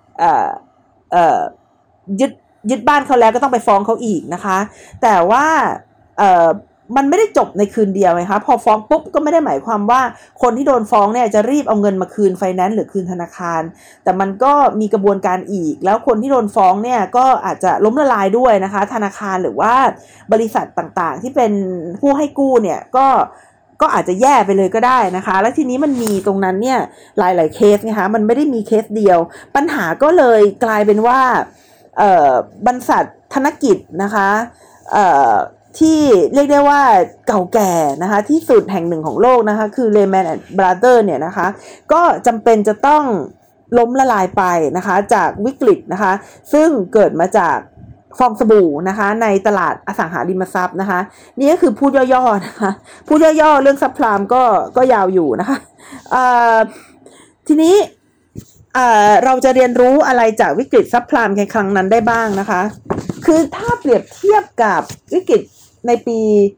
ยึดบ้านเขาแล้วก็ต้องไปฟ้องเขาอีกนะคะแต่ว่ามันไม่ได้จบในคืนเดียวไงคะพอฟ้องปุ๊บก็ไม่ได้หมายความว่าคนที่โดนฟ้องเนี่ยจะรีบเอาเงินมาคืนไฟแนนซ์หรือคืนธนาคารแต่มันก็มีกระบวนการอีกแล้วคนที่โดนฟ้องเนี่ยก็อาจจะล้มละลายด้วยนะคะธนาคารหรือว่าบริษัทต่างๆที่เป็นผู้ให้กู้เนี่ยก็อาจจะแย่ไปเลยก็ได้นะคะแล้วทีนี้มันมีตรงนั้นเนี่ยหลายๆเคสนะคะมันไม่ได้มีเคสเดียวปัญหาก็เลยกลายเป็นว่าบรรษัทธนกิจนะคะที่เรียกได้ว่าเก่าแก่นะคะที่สุดแห่งหนึ่งของโลกนะคะคือ Lehman Brothers เนี่ยนะคะก็จำเป็นจะต้องล้มละลายไปนะคะจากวิกฤตนะคะซึ่งเกิดมาจากฟองสบู่นะคะในตลาดอสังหาริมทรัพย์นะคะนี่ก็คือพูดย่อๆนะคะพูดย่อๆเรื่องซับไพรม์ก็ยาวอยู่นะคะทีนี้เราจะเรียนรู้อะไรจากวิกฤตซับไพรม์ในครั้งนั้นได้บ้างนะคะคือถ้าเปรียบเทียบกับวิกฤตในปี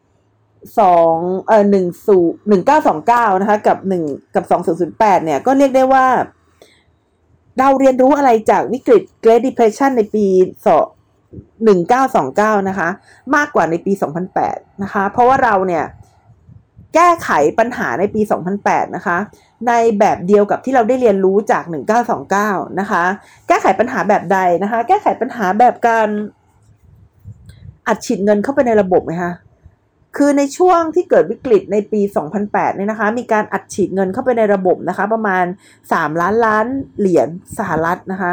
1929นะคะกับ2008เนี่ยก็เรียกได้ว่าเราเรียนรู้อะไรจากวิกฤต Great Depression ในปี1929นะคะมากกว่าในปี2008นะคะเพราะว่าเราเนี่ยแก้ไขปัญหาในปี2008นะคะในแบบเดียวกับที่เราได้เรียนรู้จาก1929นะคะแก้ไขปัญหาแบบใดนะคะแก้ไขปัญหาแบบการอัดฉีดเงินเข้าไปในระบบไหมคะคือในช่วงที่เกิดวิกฤตในปี2008เนี่ยนะคะมีการอัดฉีดเงินเข้าไปในระบบนะคะประมาณ3 ล้านเหรียญสหรัฐนะคะ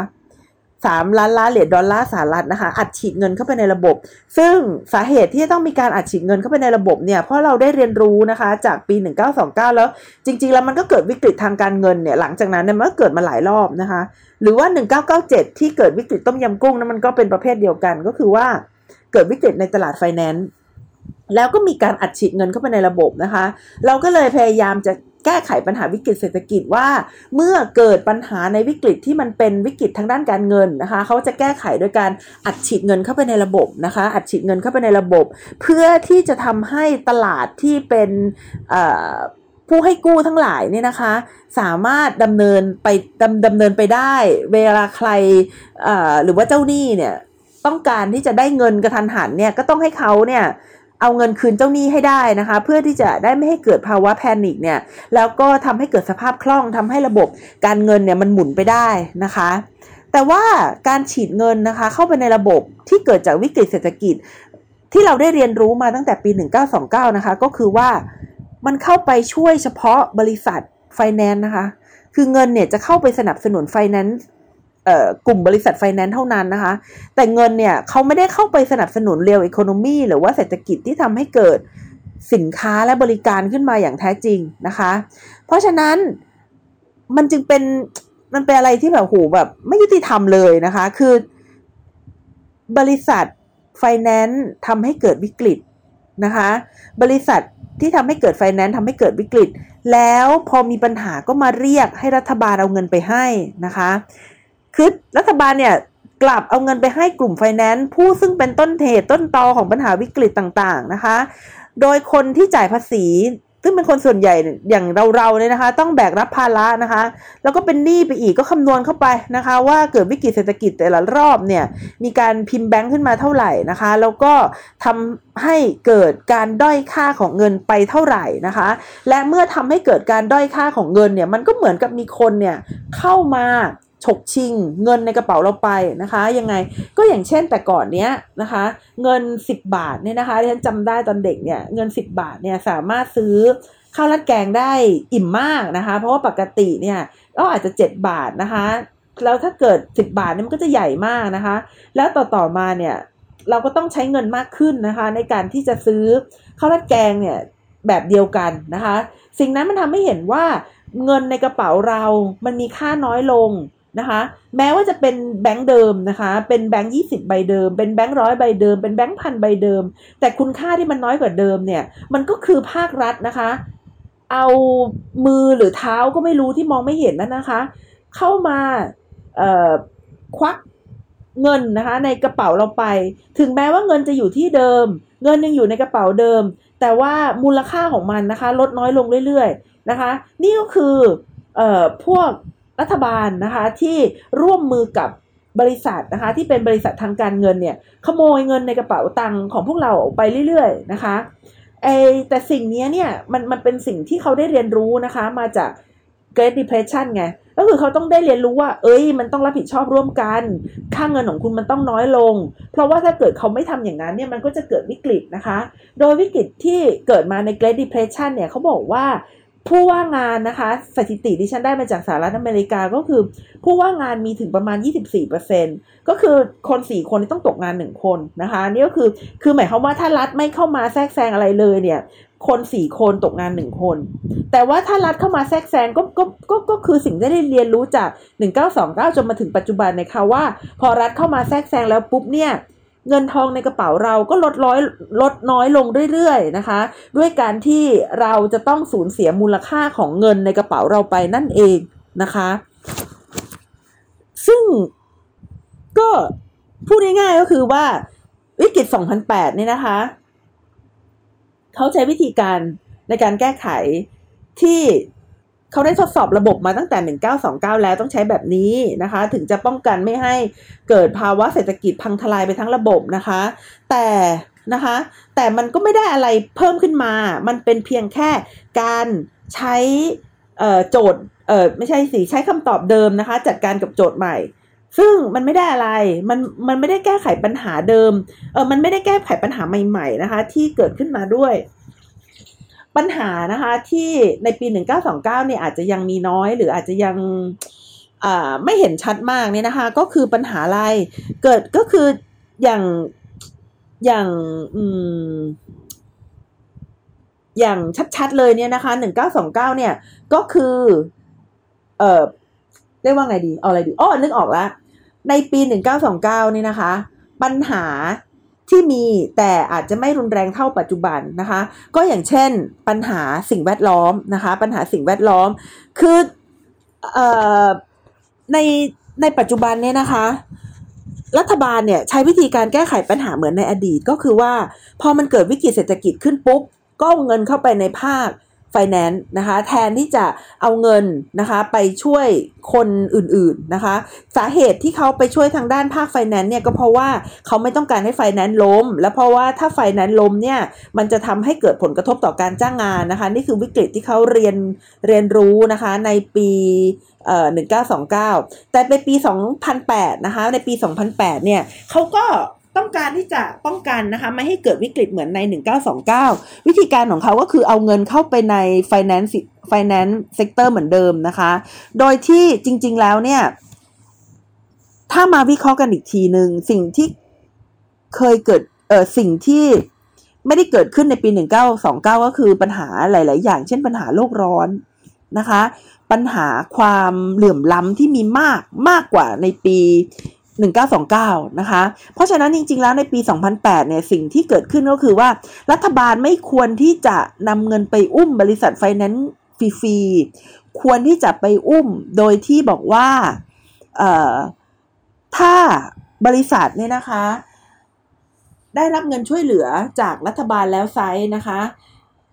3 ล้านเหรียญดอลลาร์สหรัฐนะคะอัดฉีดเงินเข้าไปในระบบซึ่งสาเหตุที่จะต้องมีการอัดฉีดเงินเข้าไปในระบบเนี่ยเพราะเราได้เรียนรู้นะคะจากปี1929แล้วจริงๆแล้วมันก็เกิดวิกฤตทางการเงินเนี่ยหลังจากนั้นเนี่ยมันก็เกิดมาหลายรอบนะคะหรือว่า1997ที่เกิดวิกฤตต้มยำกุ้งนั้นมันก็เป็นประเภทเดียวกันก็คือว่าเกิดวิกฤตในตลาดไฟแนนซ์แล้วก็มีการอัดฉีดเงินเข้าไปในระบบนะคะเราก็เลยพยายามจะแก้ไขปัญหาวิกฤตเศรษฐกิจว่าเมื่อเกิดปัญหาในวิกฤตที่มันเป็นวิกฤตทางด้านการเงินนะคะเขาจะแก้ไขโดยการอัดฉีดเงินเข้าไปในระบบนะคะอัดฉีดเงินเข้าไปในระบบเพื่อที่จะทำให้ตลาดที่เป็นผู้ให้กู้ทั้งหลายเนี่ยนะคะสามารถดำเนินไปได้เวลาใครหรือว่าเจ้าหนี้เนี่ยต้องการที่จะได้เงินกระทันหันเนี่ยก็ต้องให้เขาเนี่ยเอาเงินคืนเจ้าหนี้ให้ได้นะคะเพื่อที่จะได้ไม่ให้เกิดภาวะแพนิคเนี่ยแล้วก็ทำให้เกิดสภาพคล่องทำให้ระบบการเงินเนี่ยมันหมุนไปได้นะคะแต่ว่าการฉีดเงินนะคะเข้าไปในระบบที่เกิดจากวิกฤตเศรษฐกิจที่เราได้เรียนรู้มาตั้งแต่ปี1929นะคะก็คือว่ามันเข้าไปช่วยเฉพาะบริษัทไฟแนนซ์นะคะคือเงินเนี่ยจะเข้าไปสนับสนุนไฟแนนซ์กลุ่มบริษัทไฟแนนซ์เท่านั้นนะคะแต่เงินเนี่ยเขาไม่ได้เข้าไปสนับสนุนเรียลอีโคโนมีหรือว่าเศรษฐกิจที่ทำให้เกิดสินค้าและบริการขึ้นมาอย่างแท้จริงนะคะเพราะฉะนั้นมันจึงเป็นอะไรที่แบบโหแบบไม่ยุติธรรมเลยนะคะคือบริษัทไฟแนนซ์ทำให้เกิดวิกฤตนะคะบริษัทที่ทำให้เกิดไฟแนนซ์ทำให้เกิดวิกฤตแล้วพอมีปัญหาก็มาเรียกให้รัฐบาลเอาเงินไปให้นะคะคือรัฐบาลเนี่ยกลับเอาเงินไปให้กลุ่มไฟแนนซ์ผู้ซึ่งเป็นต้นเหตุต้นตอของปัญหาวิกฤตต่างๆนะคะโดยคนที่จ่ายภาษีซึ่งเป็นคนส่วนใหญ่อย่างเราเนี่ยนะคะต้องแบกรับภาระนะคะแล้วก็เป็นหนี้ไปอีกก็คำนวณเข้าไปนะคะว่าเกิดวิกฤตเศรษฐกิจแต่ละรอบเนี่ยมีการพิมพ์แบงค์ขึ้นมาเท่าไหร่นะคะแล้วก็ทำให้เกิดการด้อยค่าของเงินไปเท่าไหร่นะคะและเมื่อทำให้เกิดการด้อยค่าของเงินเนี่ยมันก็เหมือนกับมีคนเนี่ยเข้ามาฉกชิงเงินในกระเป๋าเราไปนะคะยังไงก็อย่างเช่นแต่ก่อนเนี้ยนะคะเงิน10 บาทเนี่ยนะคะที่ฉันจำได้ตอนเด็กเนี่ยเงิน10 บาทเนี่ยสามารถซื้อข้าวราดแกงได้อิ่มมากนะคะเพราะว่าปกติเนี่ยก็อาจจะ7 บาทนะคะแล้วถ้าเกิด10 บาทเนี่ยมันก็จะใหญ่มากนะคะแล้วต่อมาเนี่ยเราก็ต้องใช้เงินมากขึ้นนะคะในการที่จะซื้อข้าวราดแกงเนี่ยแบบเดียวกันนะคะสิ่งนั้นมันทำให้เห็นว่าเงินในกระเป๋าเรามันมีค่าน้อยลงนะคะแม้ว่าจะเป็นแบงค์เดิมนะคะเป็นแบงค์20 ใบเดิมเป็นแบงค์100 ใบเดิมเป็นแบงค์1,000 ใบเดิมแต่คุณค่าที่มันน้อยกว่าเดิมเนี่ยมันก็คือภาครัฐนะคะเอามือหรือเท้าก็ไม่รู้ที่มองไม่เห็นนั่นนะคะเข้ามาควักเงินนะคะในกระเป๋าเราไปถึงแม้ว่าเงินจะอยู่ที่เดิมเงินยังอยู่ในกระเป๋าเดิมแต่ว่ามูลค่าของมันนะคะลดน้อยลงเรื่อยๆนะคะนี่ก็คือพวกรัฐบาลนะคะที่ร่วมมือกับบริษัทนะคะที่เป็นบริษัททางการเงินเนี่ยขโมยเงินในกระเป๋าตังค์ของพวกเราออกไปเรื่อยๆนะคะแต่สิ่งนี้เนี่ยมันเป็นสิ่งที่เขาได้เรียนรู้นะคะมาจาก Great Depression ไงก็คือเขาต้องได้เรียนรู้ว่ามันต้องรับผิดชอบร่วมกันค่าเงินของคุณมันต้องน้อยลงเพราะว่าถ้าเกิดเขาไม่ทำอย่างนั้นเนี่ยมันก็จะเกิดวิกฤตนะคะโดยวิกฤตที่เกิดมาใน Great Depression เนี่ยเขาบอกว่าผู้ว่างงานนะคะสถิติที่ฉันได้มาจากสหรัฐอเมริกาก็คือผู้ว่างงานมีถึงประมาณ 24% ก็คือคน4 คนต้องตกงาน1 คนนะคะนี่ก็คือหมายความว่าถ้ารัฐไม่เข้ามาแทรกแซงอะไรเลยเนี่ยคน4 คนตกงาน1 คนแต่ว่าถ้ารัฐเข้ามาแทรกแซงก็คือสิ่งที่ได้เรียนรู้จาก1929จนมาถึงปัจจุบันนะคะว่าพอรัฐเข้ามาแทรกแซงแล้วปุ๊บเนี่ยเงินทองในกระเป๋าเราก็ลดน้อยลงเรื่อยๆนะคะด้วยการที่เราจะต้องสูญเสียมูลค่าของเงินในกระเป๋าเราไปนั่นเองนะคะซึ่งก็พูดง่ายๆก็คือว่าวิกฤต2008เนี่ยนะคะเขาใช้วิธีการในการแก้ไขที่เขาได้ทดสอบระบบมาตั้งแต่1929แล้วต้องใช้แบบนี้นะคะถึงจะป้องกันไม่ให้เกิดภาวะเศรษฐกิจพังทลายไปทั้งระบบนะคะแต่มันก็ไม่ได้อะไรเพิ่มขึ้นมามันเป็นเพียงแค่การใช้โจทย์ไม่ใช่สิใช้คำตอบเดิมนะคะจัดการกับโจทย์ใหม่ซึ่งมันไม่ได้อะไรมันไม่ได้แก้ไขปัญหาเดิมมันไม่ได้แก้ไขปัญหาใหม่ๆนะคะที่เกิดขึ้นมาด้วยปัญหานะคะที่ในปี1929เนี่ยอาจจะยังมีน้อยหรืออาจจะยังไม่เห็นชัดมากเนี่ยนะคะก็คือปัญหาอะไรเกิดก็คืออย่างชัดๆเลยเนี่ยนะคะ1929เนี่ยก็คือเรียกว่าไงดีเอาอะไรดีนึกออกแล้วในปี1929เนี่ยนะคะปัญหาที่มีแต่อาจจะไม่รุนแรงเท่าปัจจุบันนะคะก็อย่างเช่นปัญหาสิ่งแวดล้อมนะคะปัญหาสิ่งแวดล้อมคือในปัจจุบันเนี่ยนะคะรัฐบาลเนี่ยใช้วิธีการแก้ไขปัญหาเหมือนในอดีตก็คือว่าพอมันเกิดวิกฤตเศรษฐกิจขึ้นปุ๊บก็เอาเงินเข้าไปในภาคfinance นะคะแทนที่จะเอาเงินนะคะไปช่วยคนอื่นๆนะคะสาเหตุที่เขาไปช่วยทางด้านภาค finance เนี่ยก็เพราะว่าเขาไม่ต้องการให้ finance ล้มและเพราะว่าถ้า finance ล้มเนี่ยมันจะทำให้เกิดผลกระทบต่อการจ้างงานนะคะนี่คือวิกฤตที่เขาเรียนรู้นะคะในปี1929แต่ในปี2008นะคะในปี2008เนี่ยเขาก็ต้องการที่จะป้องกันนะคะไม่ให้เกิดวิกฤตเหมือนใน1929วิธีการของเขาก็คือเอาเงินเข้าไปใน finance sector เหมือนเดิมนะคะโดยที่จริงๆแล้วเนี่ยถ้ามาวิเคราะห์กันอีกทีนึงสิ่งที่เคยเกิดสิ่งที่ไม่ได้เกิดขึ้นในปี1929ก็คือปัญหาหลายๆอย่างเช่นปัญหาโลกร้อนนะคะปัญหาความเหลื่อมล้ำที่มีมากกว่าในปี1929นะคะเพราะฉะนั้นจริงๆแล้วในปี2008เนี่ยสิ่งที่เกิดขึ้นก็คือว่ารัฐบาลไม่ควรที่จะนำเงินไปอุ้มบริษัทไฟแนนซ์ฟรีๆควรที่จะไปอุ้มโดยที่บอกว่าถ้าบริษัทเนี่ยนะคะได้รับเงินช่วยเหลือจากรัฐบาลแล้วไซส์นะคะ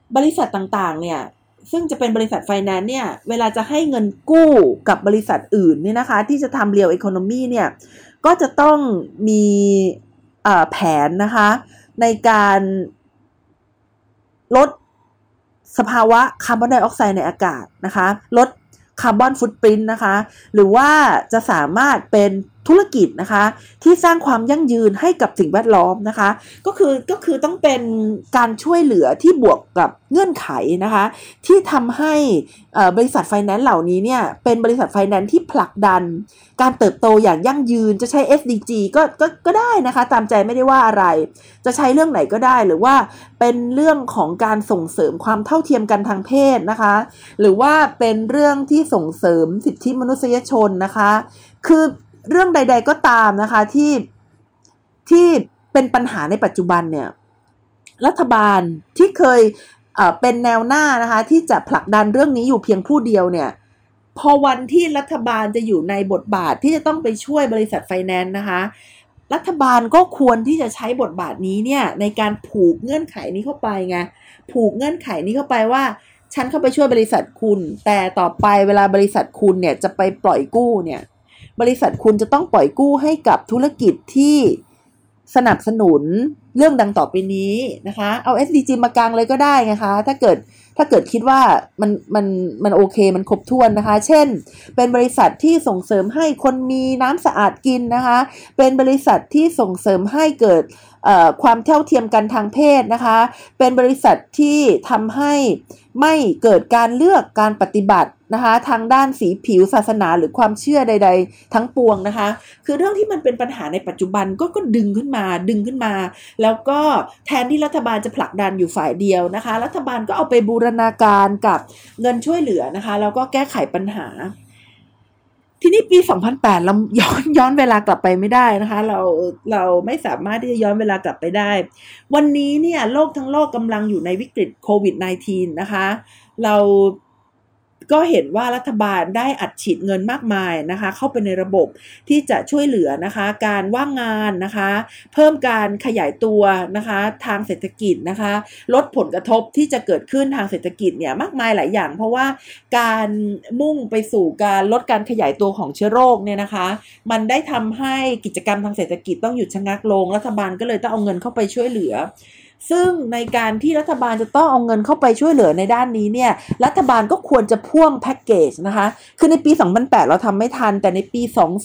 บริษัทต่างๆเนี่ยซึ่งจะเป็นบริษัทไฟแนนซ์เนี่ยเวลาจะให้เงินกู้กับบริษัทอื่นเนี่ยนะคะที่จะทำ Real Economy เนี่ยก็จะต้องมีแผนนะคะในการลดสภาวะคาร์บอนไดออกไซด์ในอากาศนะคะลดคาร์บอนฟุตปรินท์นะคะหรือว่าจะสามารถเป็นธุรกิจนะคะที่สร้างความยั่งยืนให้กับสิ่งแวดล้อมนะคะก็คือต้องเป็นการช่วยเหลือที่บวกกับเงื่อนไขนะคะที่ทำให้บริษัทไฟแนนซ์เหล่านี้เนี่ยเป็นบริษัทไฟแนนซ์ที่ผลักดันการเติบโตอย่างยั่งยืนจะใช้ SDG ก็ได้นะคะตามใจไม่ได้ว่าอะไรจะใช้เรื่องไหนก็ได้หรือว่าเป็นเรื่องของการส่งเสริมความเท่าเทียมกันทางเพศนะคะหรือว่าเป็นเรื่องที่ส่งเสริมสิทธิมนุษยชนนะคะคือเรื่องใดๆก็ตามนะคะที่เป็นปัญหาในปัจจุบันเนี่ยรัฐบาลที่เคยเป็นแนวหน้านะคะที่จะผลักดันเรื่องนี้อยู่เพียงผู้เดียวเนี่ยพอวันที่รัฐบาลจะอยู่ในบทบาทที่จะต้องไปช่วยบริษัทไฟแนนซ์นะคะรัฐบาลก็ควรที่จะใช้บทบาทนี้เนี่ยในการผูกเงื่อนไขนี้เข้าไปไงผูกเงื่อนไขนี้เข้าไปว่าฉันเข้าไปช่วยบริษัทคุณแต่ต่อไปเวลาบริษัทคุณเนี่ยจะไปปล่อยกู้เนี่ยบริษัทคุณจะต้องปล่อยกู้ให้กับธุรกิจที่สนับสนุนเรื่องดังต่อไปนี้นะคะเอา SDG มากางเลยก็ได้ไงคะถ้าเกิดคิดว่ามันโอเคมันครบถ้วนนะคะเช่นเป็นบริษัทที่ส่งเสริมให้คนมีน้ำสะอาดกินนะคะเป็นบริษัทที่ส่งเสริมให้เกิดความเท่าเทียมกันทางเพศนะคะเป็นบริษัทที่ทำให้ไม่เกิดการเลือกการปฏิบัตินะคะทางด้านสีผิวศาสนาหรือความเชื่อใดๆทั้งปวงนะคะคือเรื่องที่มันเป็นปัญหาในปัจจุบันก็ดึงขึ้นมาแล้วก็แทนที่รัฐบาลจะผลักดันอยู่ฝ่ายเดียวนะคะรัฐบาลก็เอาไปบูรณาการกับเงินช่วยเหลือนะคะแล้วก็แก้ไขปัญหาทีนี้ปี 2008 เราย้อนเวลากลับไปไม่ได้นะคะเราไม่สามารถที่จะย้อนเวลากลับไปได้วันนี้เนี่ยโลกทั้งโลกกำลังอยู่ในวิกฤตโควิด -19 นะคะเราก็เห็นว่ารัฐบาลได้อัดฉีดเงินมากมายนะคะเข้าไปในระบบที่จะช่วยเหลือนะคะการว่างงานนะคะเพิ่มการขยายตัวนะคะทางเศรษฐกิจนะคะลดผลกระทบที่จะเกิดขึ้นทางเศรษฐกิจเนี่ยมากมายหลายอย่างเพราะว่าการมุ่งไปสู่การลดการขยายตัวของเชื้อโรคเนี่ยนะคะมันได้ทำให้กิจกรรมทางเศรษฐกิจต้องหยุดชะงักลงรัฐบาลก็เลยต้องเอาเงินเข้าไปช่วยเหลือซึ่งในการที่รัฐบาลจะต้องเอาเงินเข้าไปช่วยเหลือในด้านนี้เนี่ยรัฐบาลก็ควรจะพ่วงแพ็กเกจนะคะคือในปี 2008 เราทำไม่ทันแต่ในปี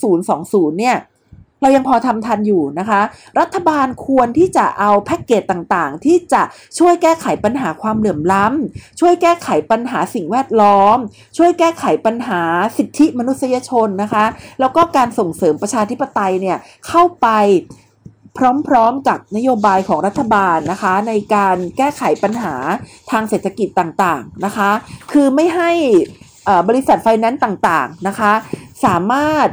2020 เนี่ยเรายังพอทำทันอยู่นะคะรัฐบาลควรที่จะเอาแพ็กเกจต่างๆที่จะช่วยแก้ไขปัญหาความเหลื่อมล้ำช่วยแก้ไขปัญหาสิ่งแวดล้อมช่วยแก้ไขปัญหาสิทธิมนุษยชนนะคะแล้วก็การส่งเสริมประชาธิปไตยเนี่ยเข้าไปพร้อมๆกับนโยบายของรัฐบาลนะคะในการแก้ไขปัญหาทางเศรษฐกิจต่างๆนะคะคือไม่ให้บริษัทไฟแนนซ์ต่างๆนะคะสามารถ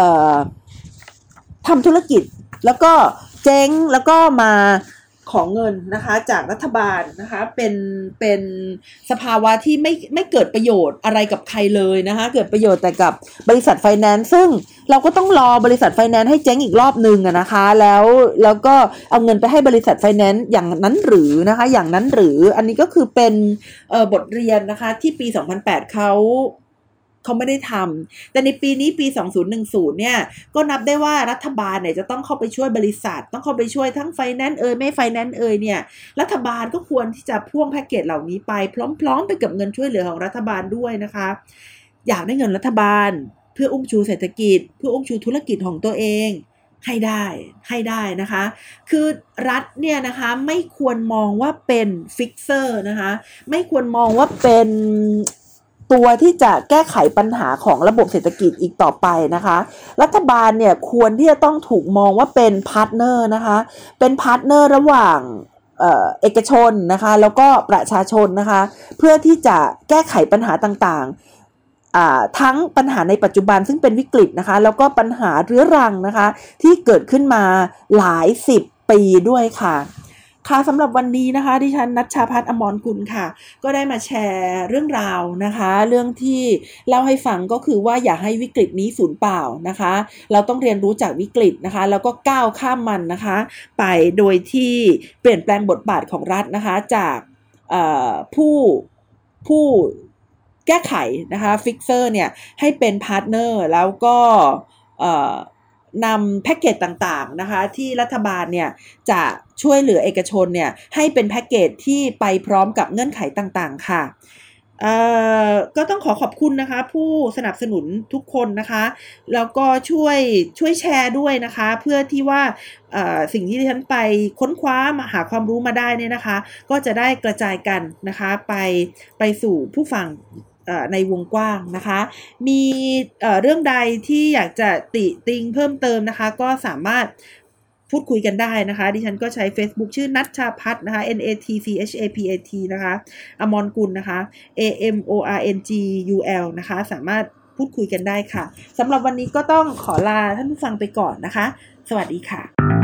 ทำธุรกิจแล้วก็เจ๊งแล้วก็มาของเงินนะคะจากรัฐบาลนะคะเป็นสภาวะที่ไม่เกิดประโยชน์อะไรกับใครเลยนะคะเกิดประโยชน์แต่กับบริษัทไฟแนนซ์ซึ่งเราก็ต้องรอบริษัทไฟแนนซ์ให้เจ๊งอีกรอบนึงนะคะแล้วก็เอาเงินไปให้บริษัทไฟแนนซ์อย่างนั้นหรือนะคะอย่างนั้นหรืออันนี้ก็คือเป็นบทเรียนนะคะที่ปี 2008 เขาไม่ได้ทำแต่ในปีนี้ปี 2010 เนี่ยก็นับได้ว่ารัฐบาลเนี่ยจะต้องเข้าไปช่วยบริษัทต้องเข้าไปช่วยทั้งไฟแนนซ์ไม่ไฟแนนซ์เนี่ยรัฐบาลก็ควรที่จะพ่วงแพ็กเกจเหล่านี้ไปพร้อมๆไปกับเงินช่วยเหลือของรัฐบาลด้วยนะคะอยากได้เงินรัฐบาลเพื่ออุ้มชูเศรษฐกิจเพื่ออุ้มชูธุรกิจของตัวเองให้ได้นะคะคือรัฐเนี่ยนะคะไม่ควรมองว่าเป็นฟิกเซอร์นะคะไม่ควรมองว่าเป็นตัวที่จะแก้ไขปัญหาของระบบเศรษฐกิจอีกต่อไปนะคะรัฐบาลเนี่ยควรที่จะต้องถูกมองว่าเป็นพาร์ทเนอร์นะคะเป็นพาร์ทเนอร์ระหว่างเอกชนนะคะแล้วก็ประชาชนนะคะเพื่อที่จะแก้ไขปัญหาต่างๆทั้งปัญหาในปัจจุบันซึ่งเป็นวิกฤตนะคะแล้วก็ปัญหาเรื้อรังนะคะที่เกิดขึ้นมาหลาย10 ปีด้วยค่ะสำหรับวันนี้นะคะดิฉันณัชชาภัทร อมรกุลค่ะก็ได้มาแชร์เรื่องราวนะคะเรื่องที่เล่าให้ฟังก็คือว่าอย่าให้วิกฤตนี้สูญเปล่านะคะเราต้องเรียนรู้จากวิกฤตนะคะแล้วก็ก้าวข้ามมันนะคะไปโดยที่เปลี่ยนแปลงบทบาทของรัฐนะคะจากผู้แก้ไขนะคะฟิกเซอร์เนี่ยให้เป็นพาร์ทเนอร์แล้วก็นำแพ็กเกจต่างๆนะคะที่รัฐบาลเนี่ยจะช่วยเหลือเอกชนเนี่ยให้เป็นแพ็กเกจที่ไปพร้อมกับเงื่อนไขต่างๆค่ะก็ต้องขอบคุณนะคะผู้สนับสนุนทุกคนนะคะแล้วก็ช่วยแชร์ด้วยนะคะเพื่อที่ว่าสิ่งที่ดิฉันไปค้นคว้ามาหาความรู้มาได้เนี่ยนะคะก็จะได้กระจายกันนะคะไปสู่ผู้ฟังในวงกว้างนะคะมีเรื่องใดที่อยากจะติติงเพิ่มเติมนะคะก็สามารถพูดคุยกันได้นะคะดิฉันก็ใช้ Facebook ชื่อนัชชาพัฒน์นะคะ NATCHAPAT นะคะอมรกุลนะคะ AMORNGUL นะคะสามารถพูดคุยกันได้ค่ะสำหรับวันนี้ก็ต้องขอลาท่านผู้ฟังไปก่อนนะคะสวัสดีค่ะ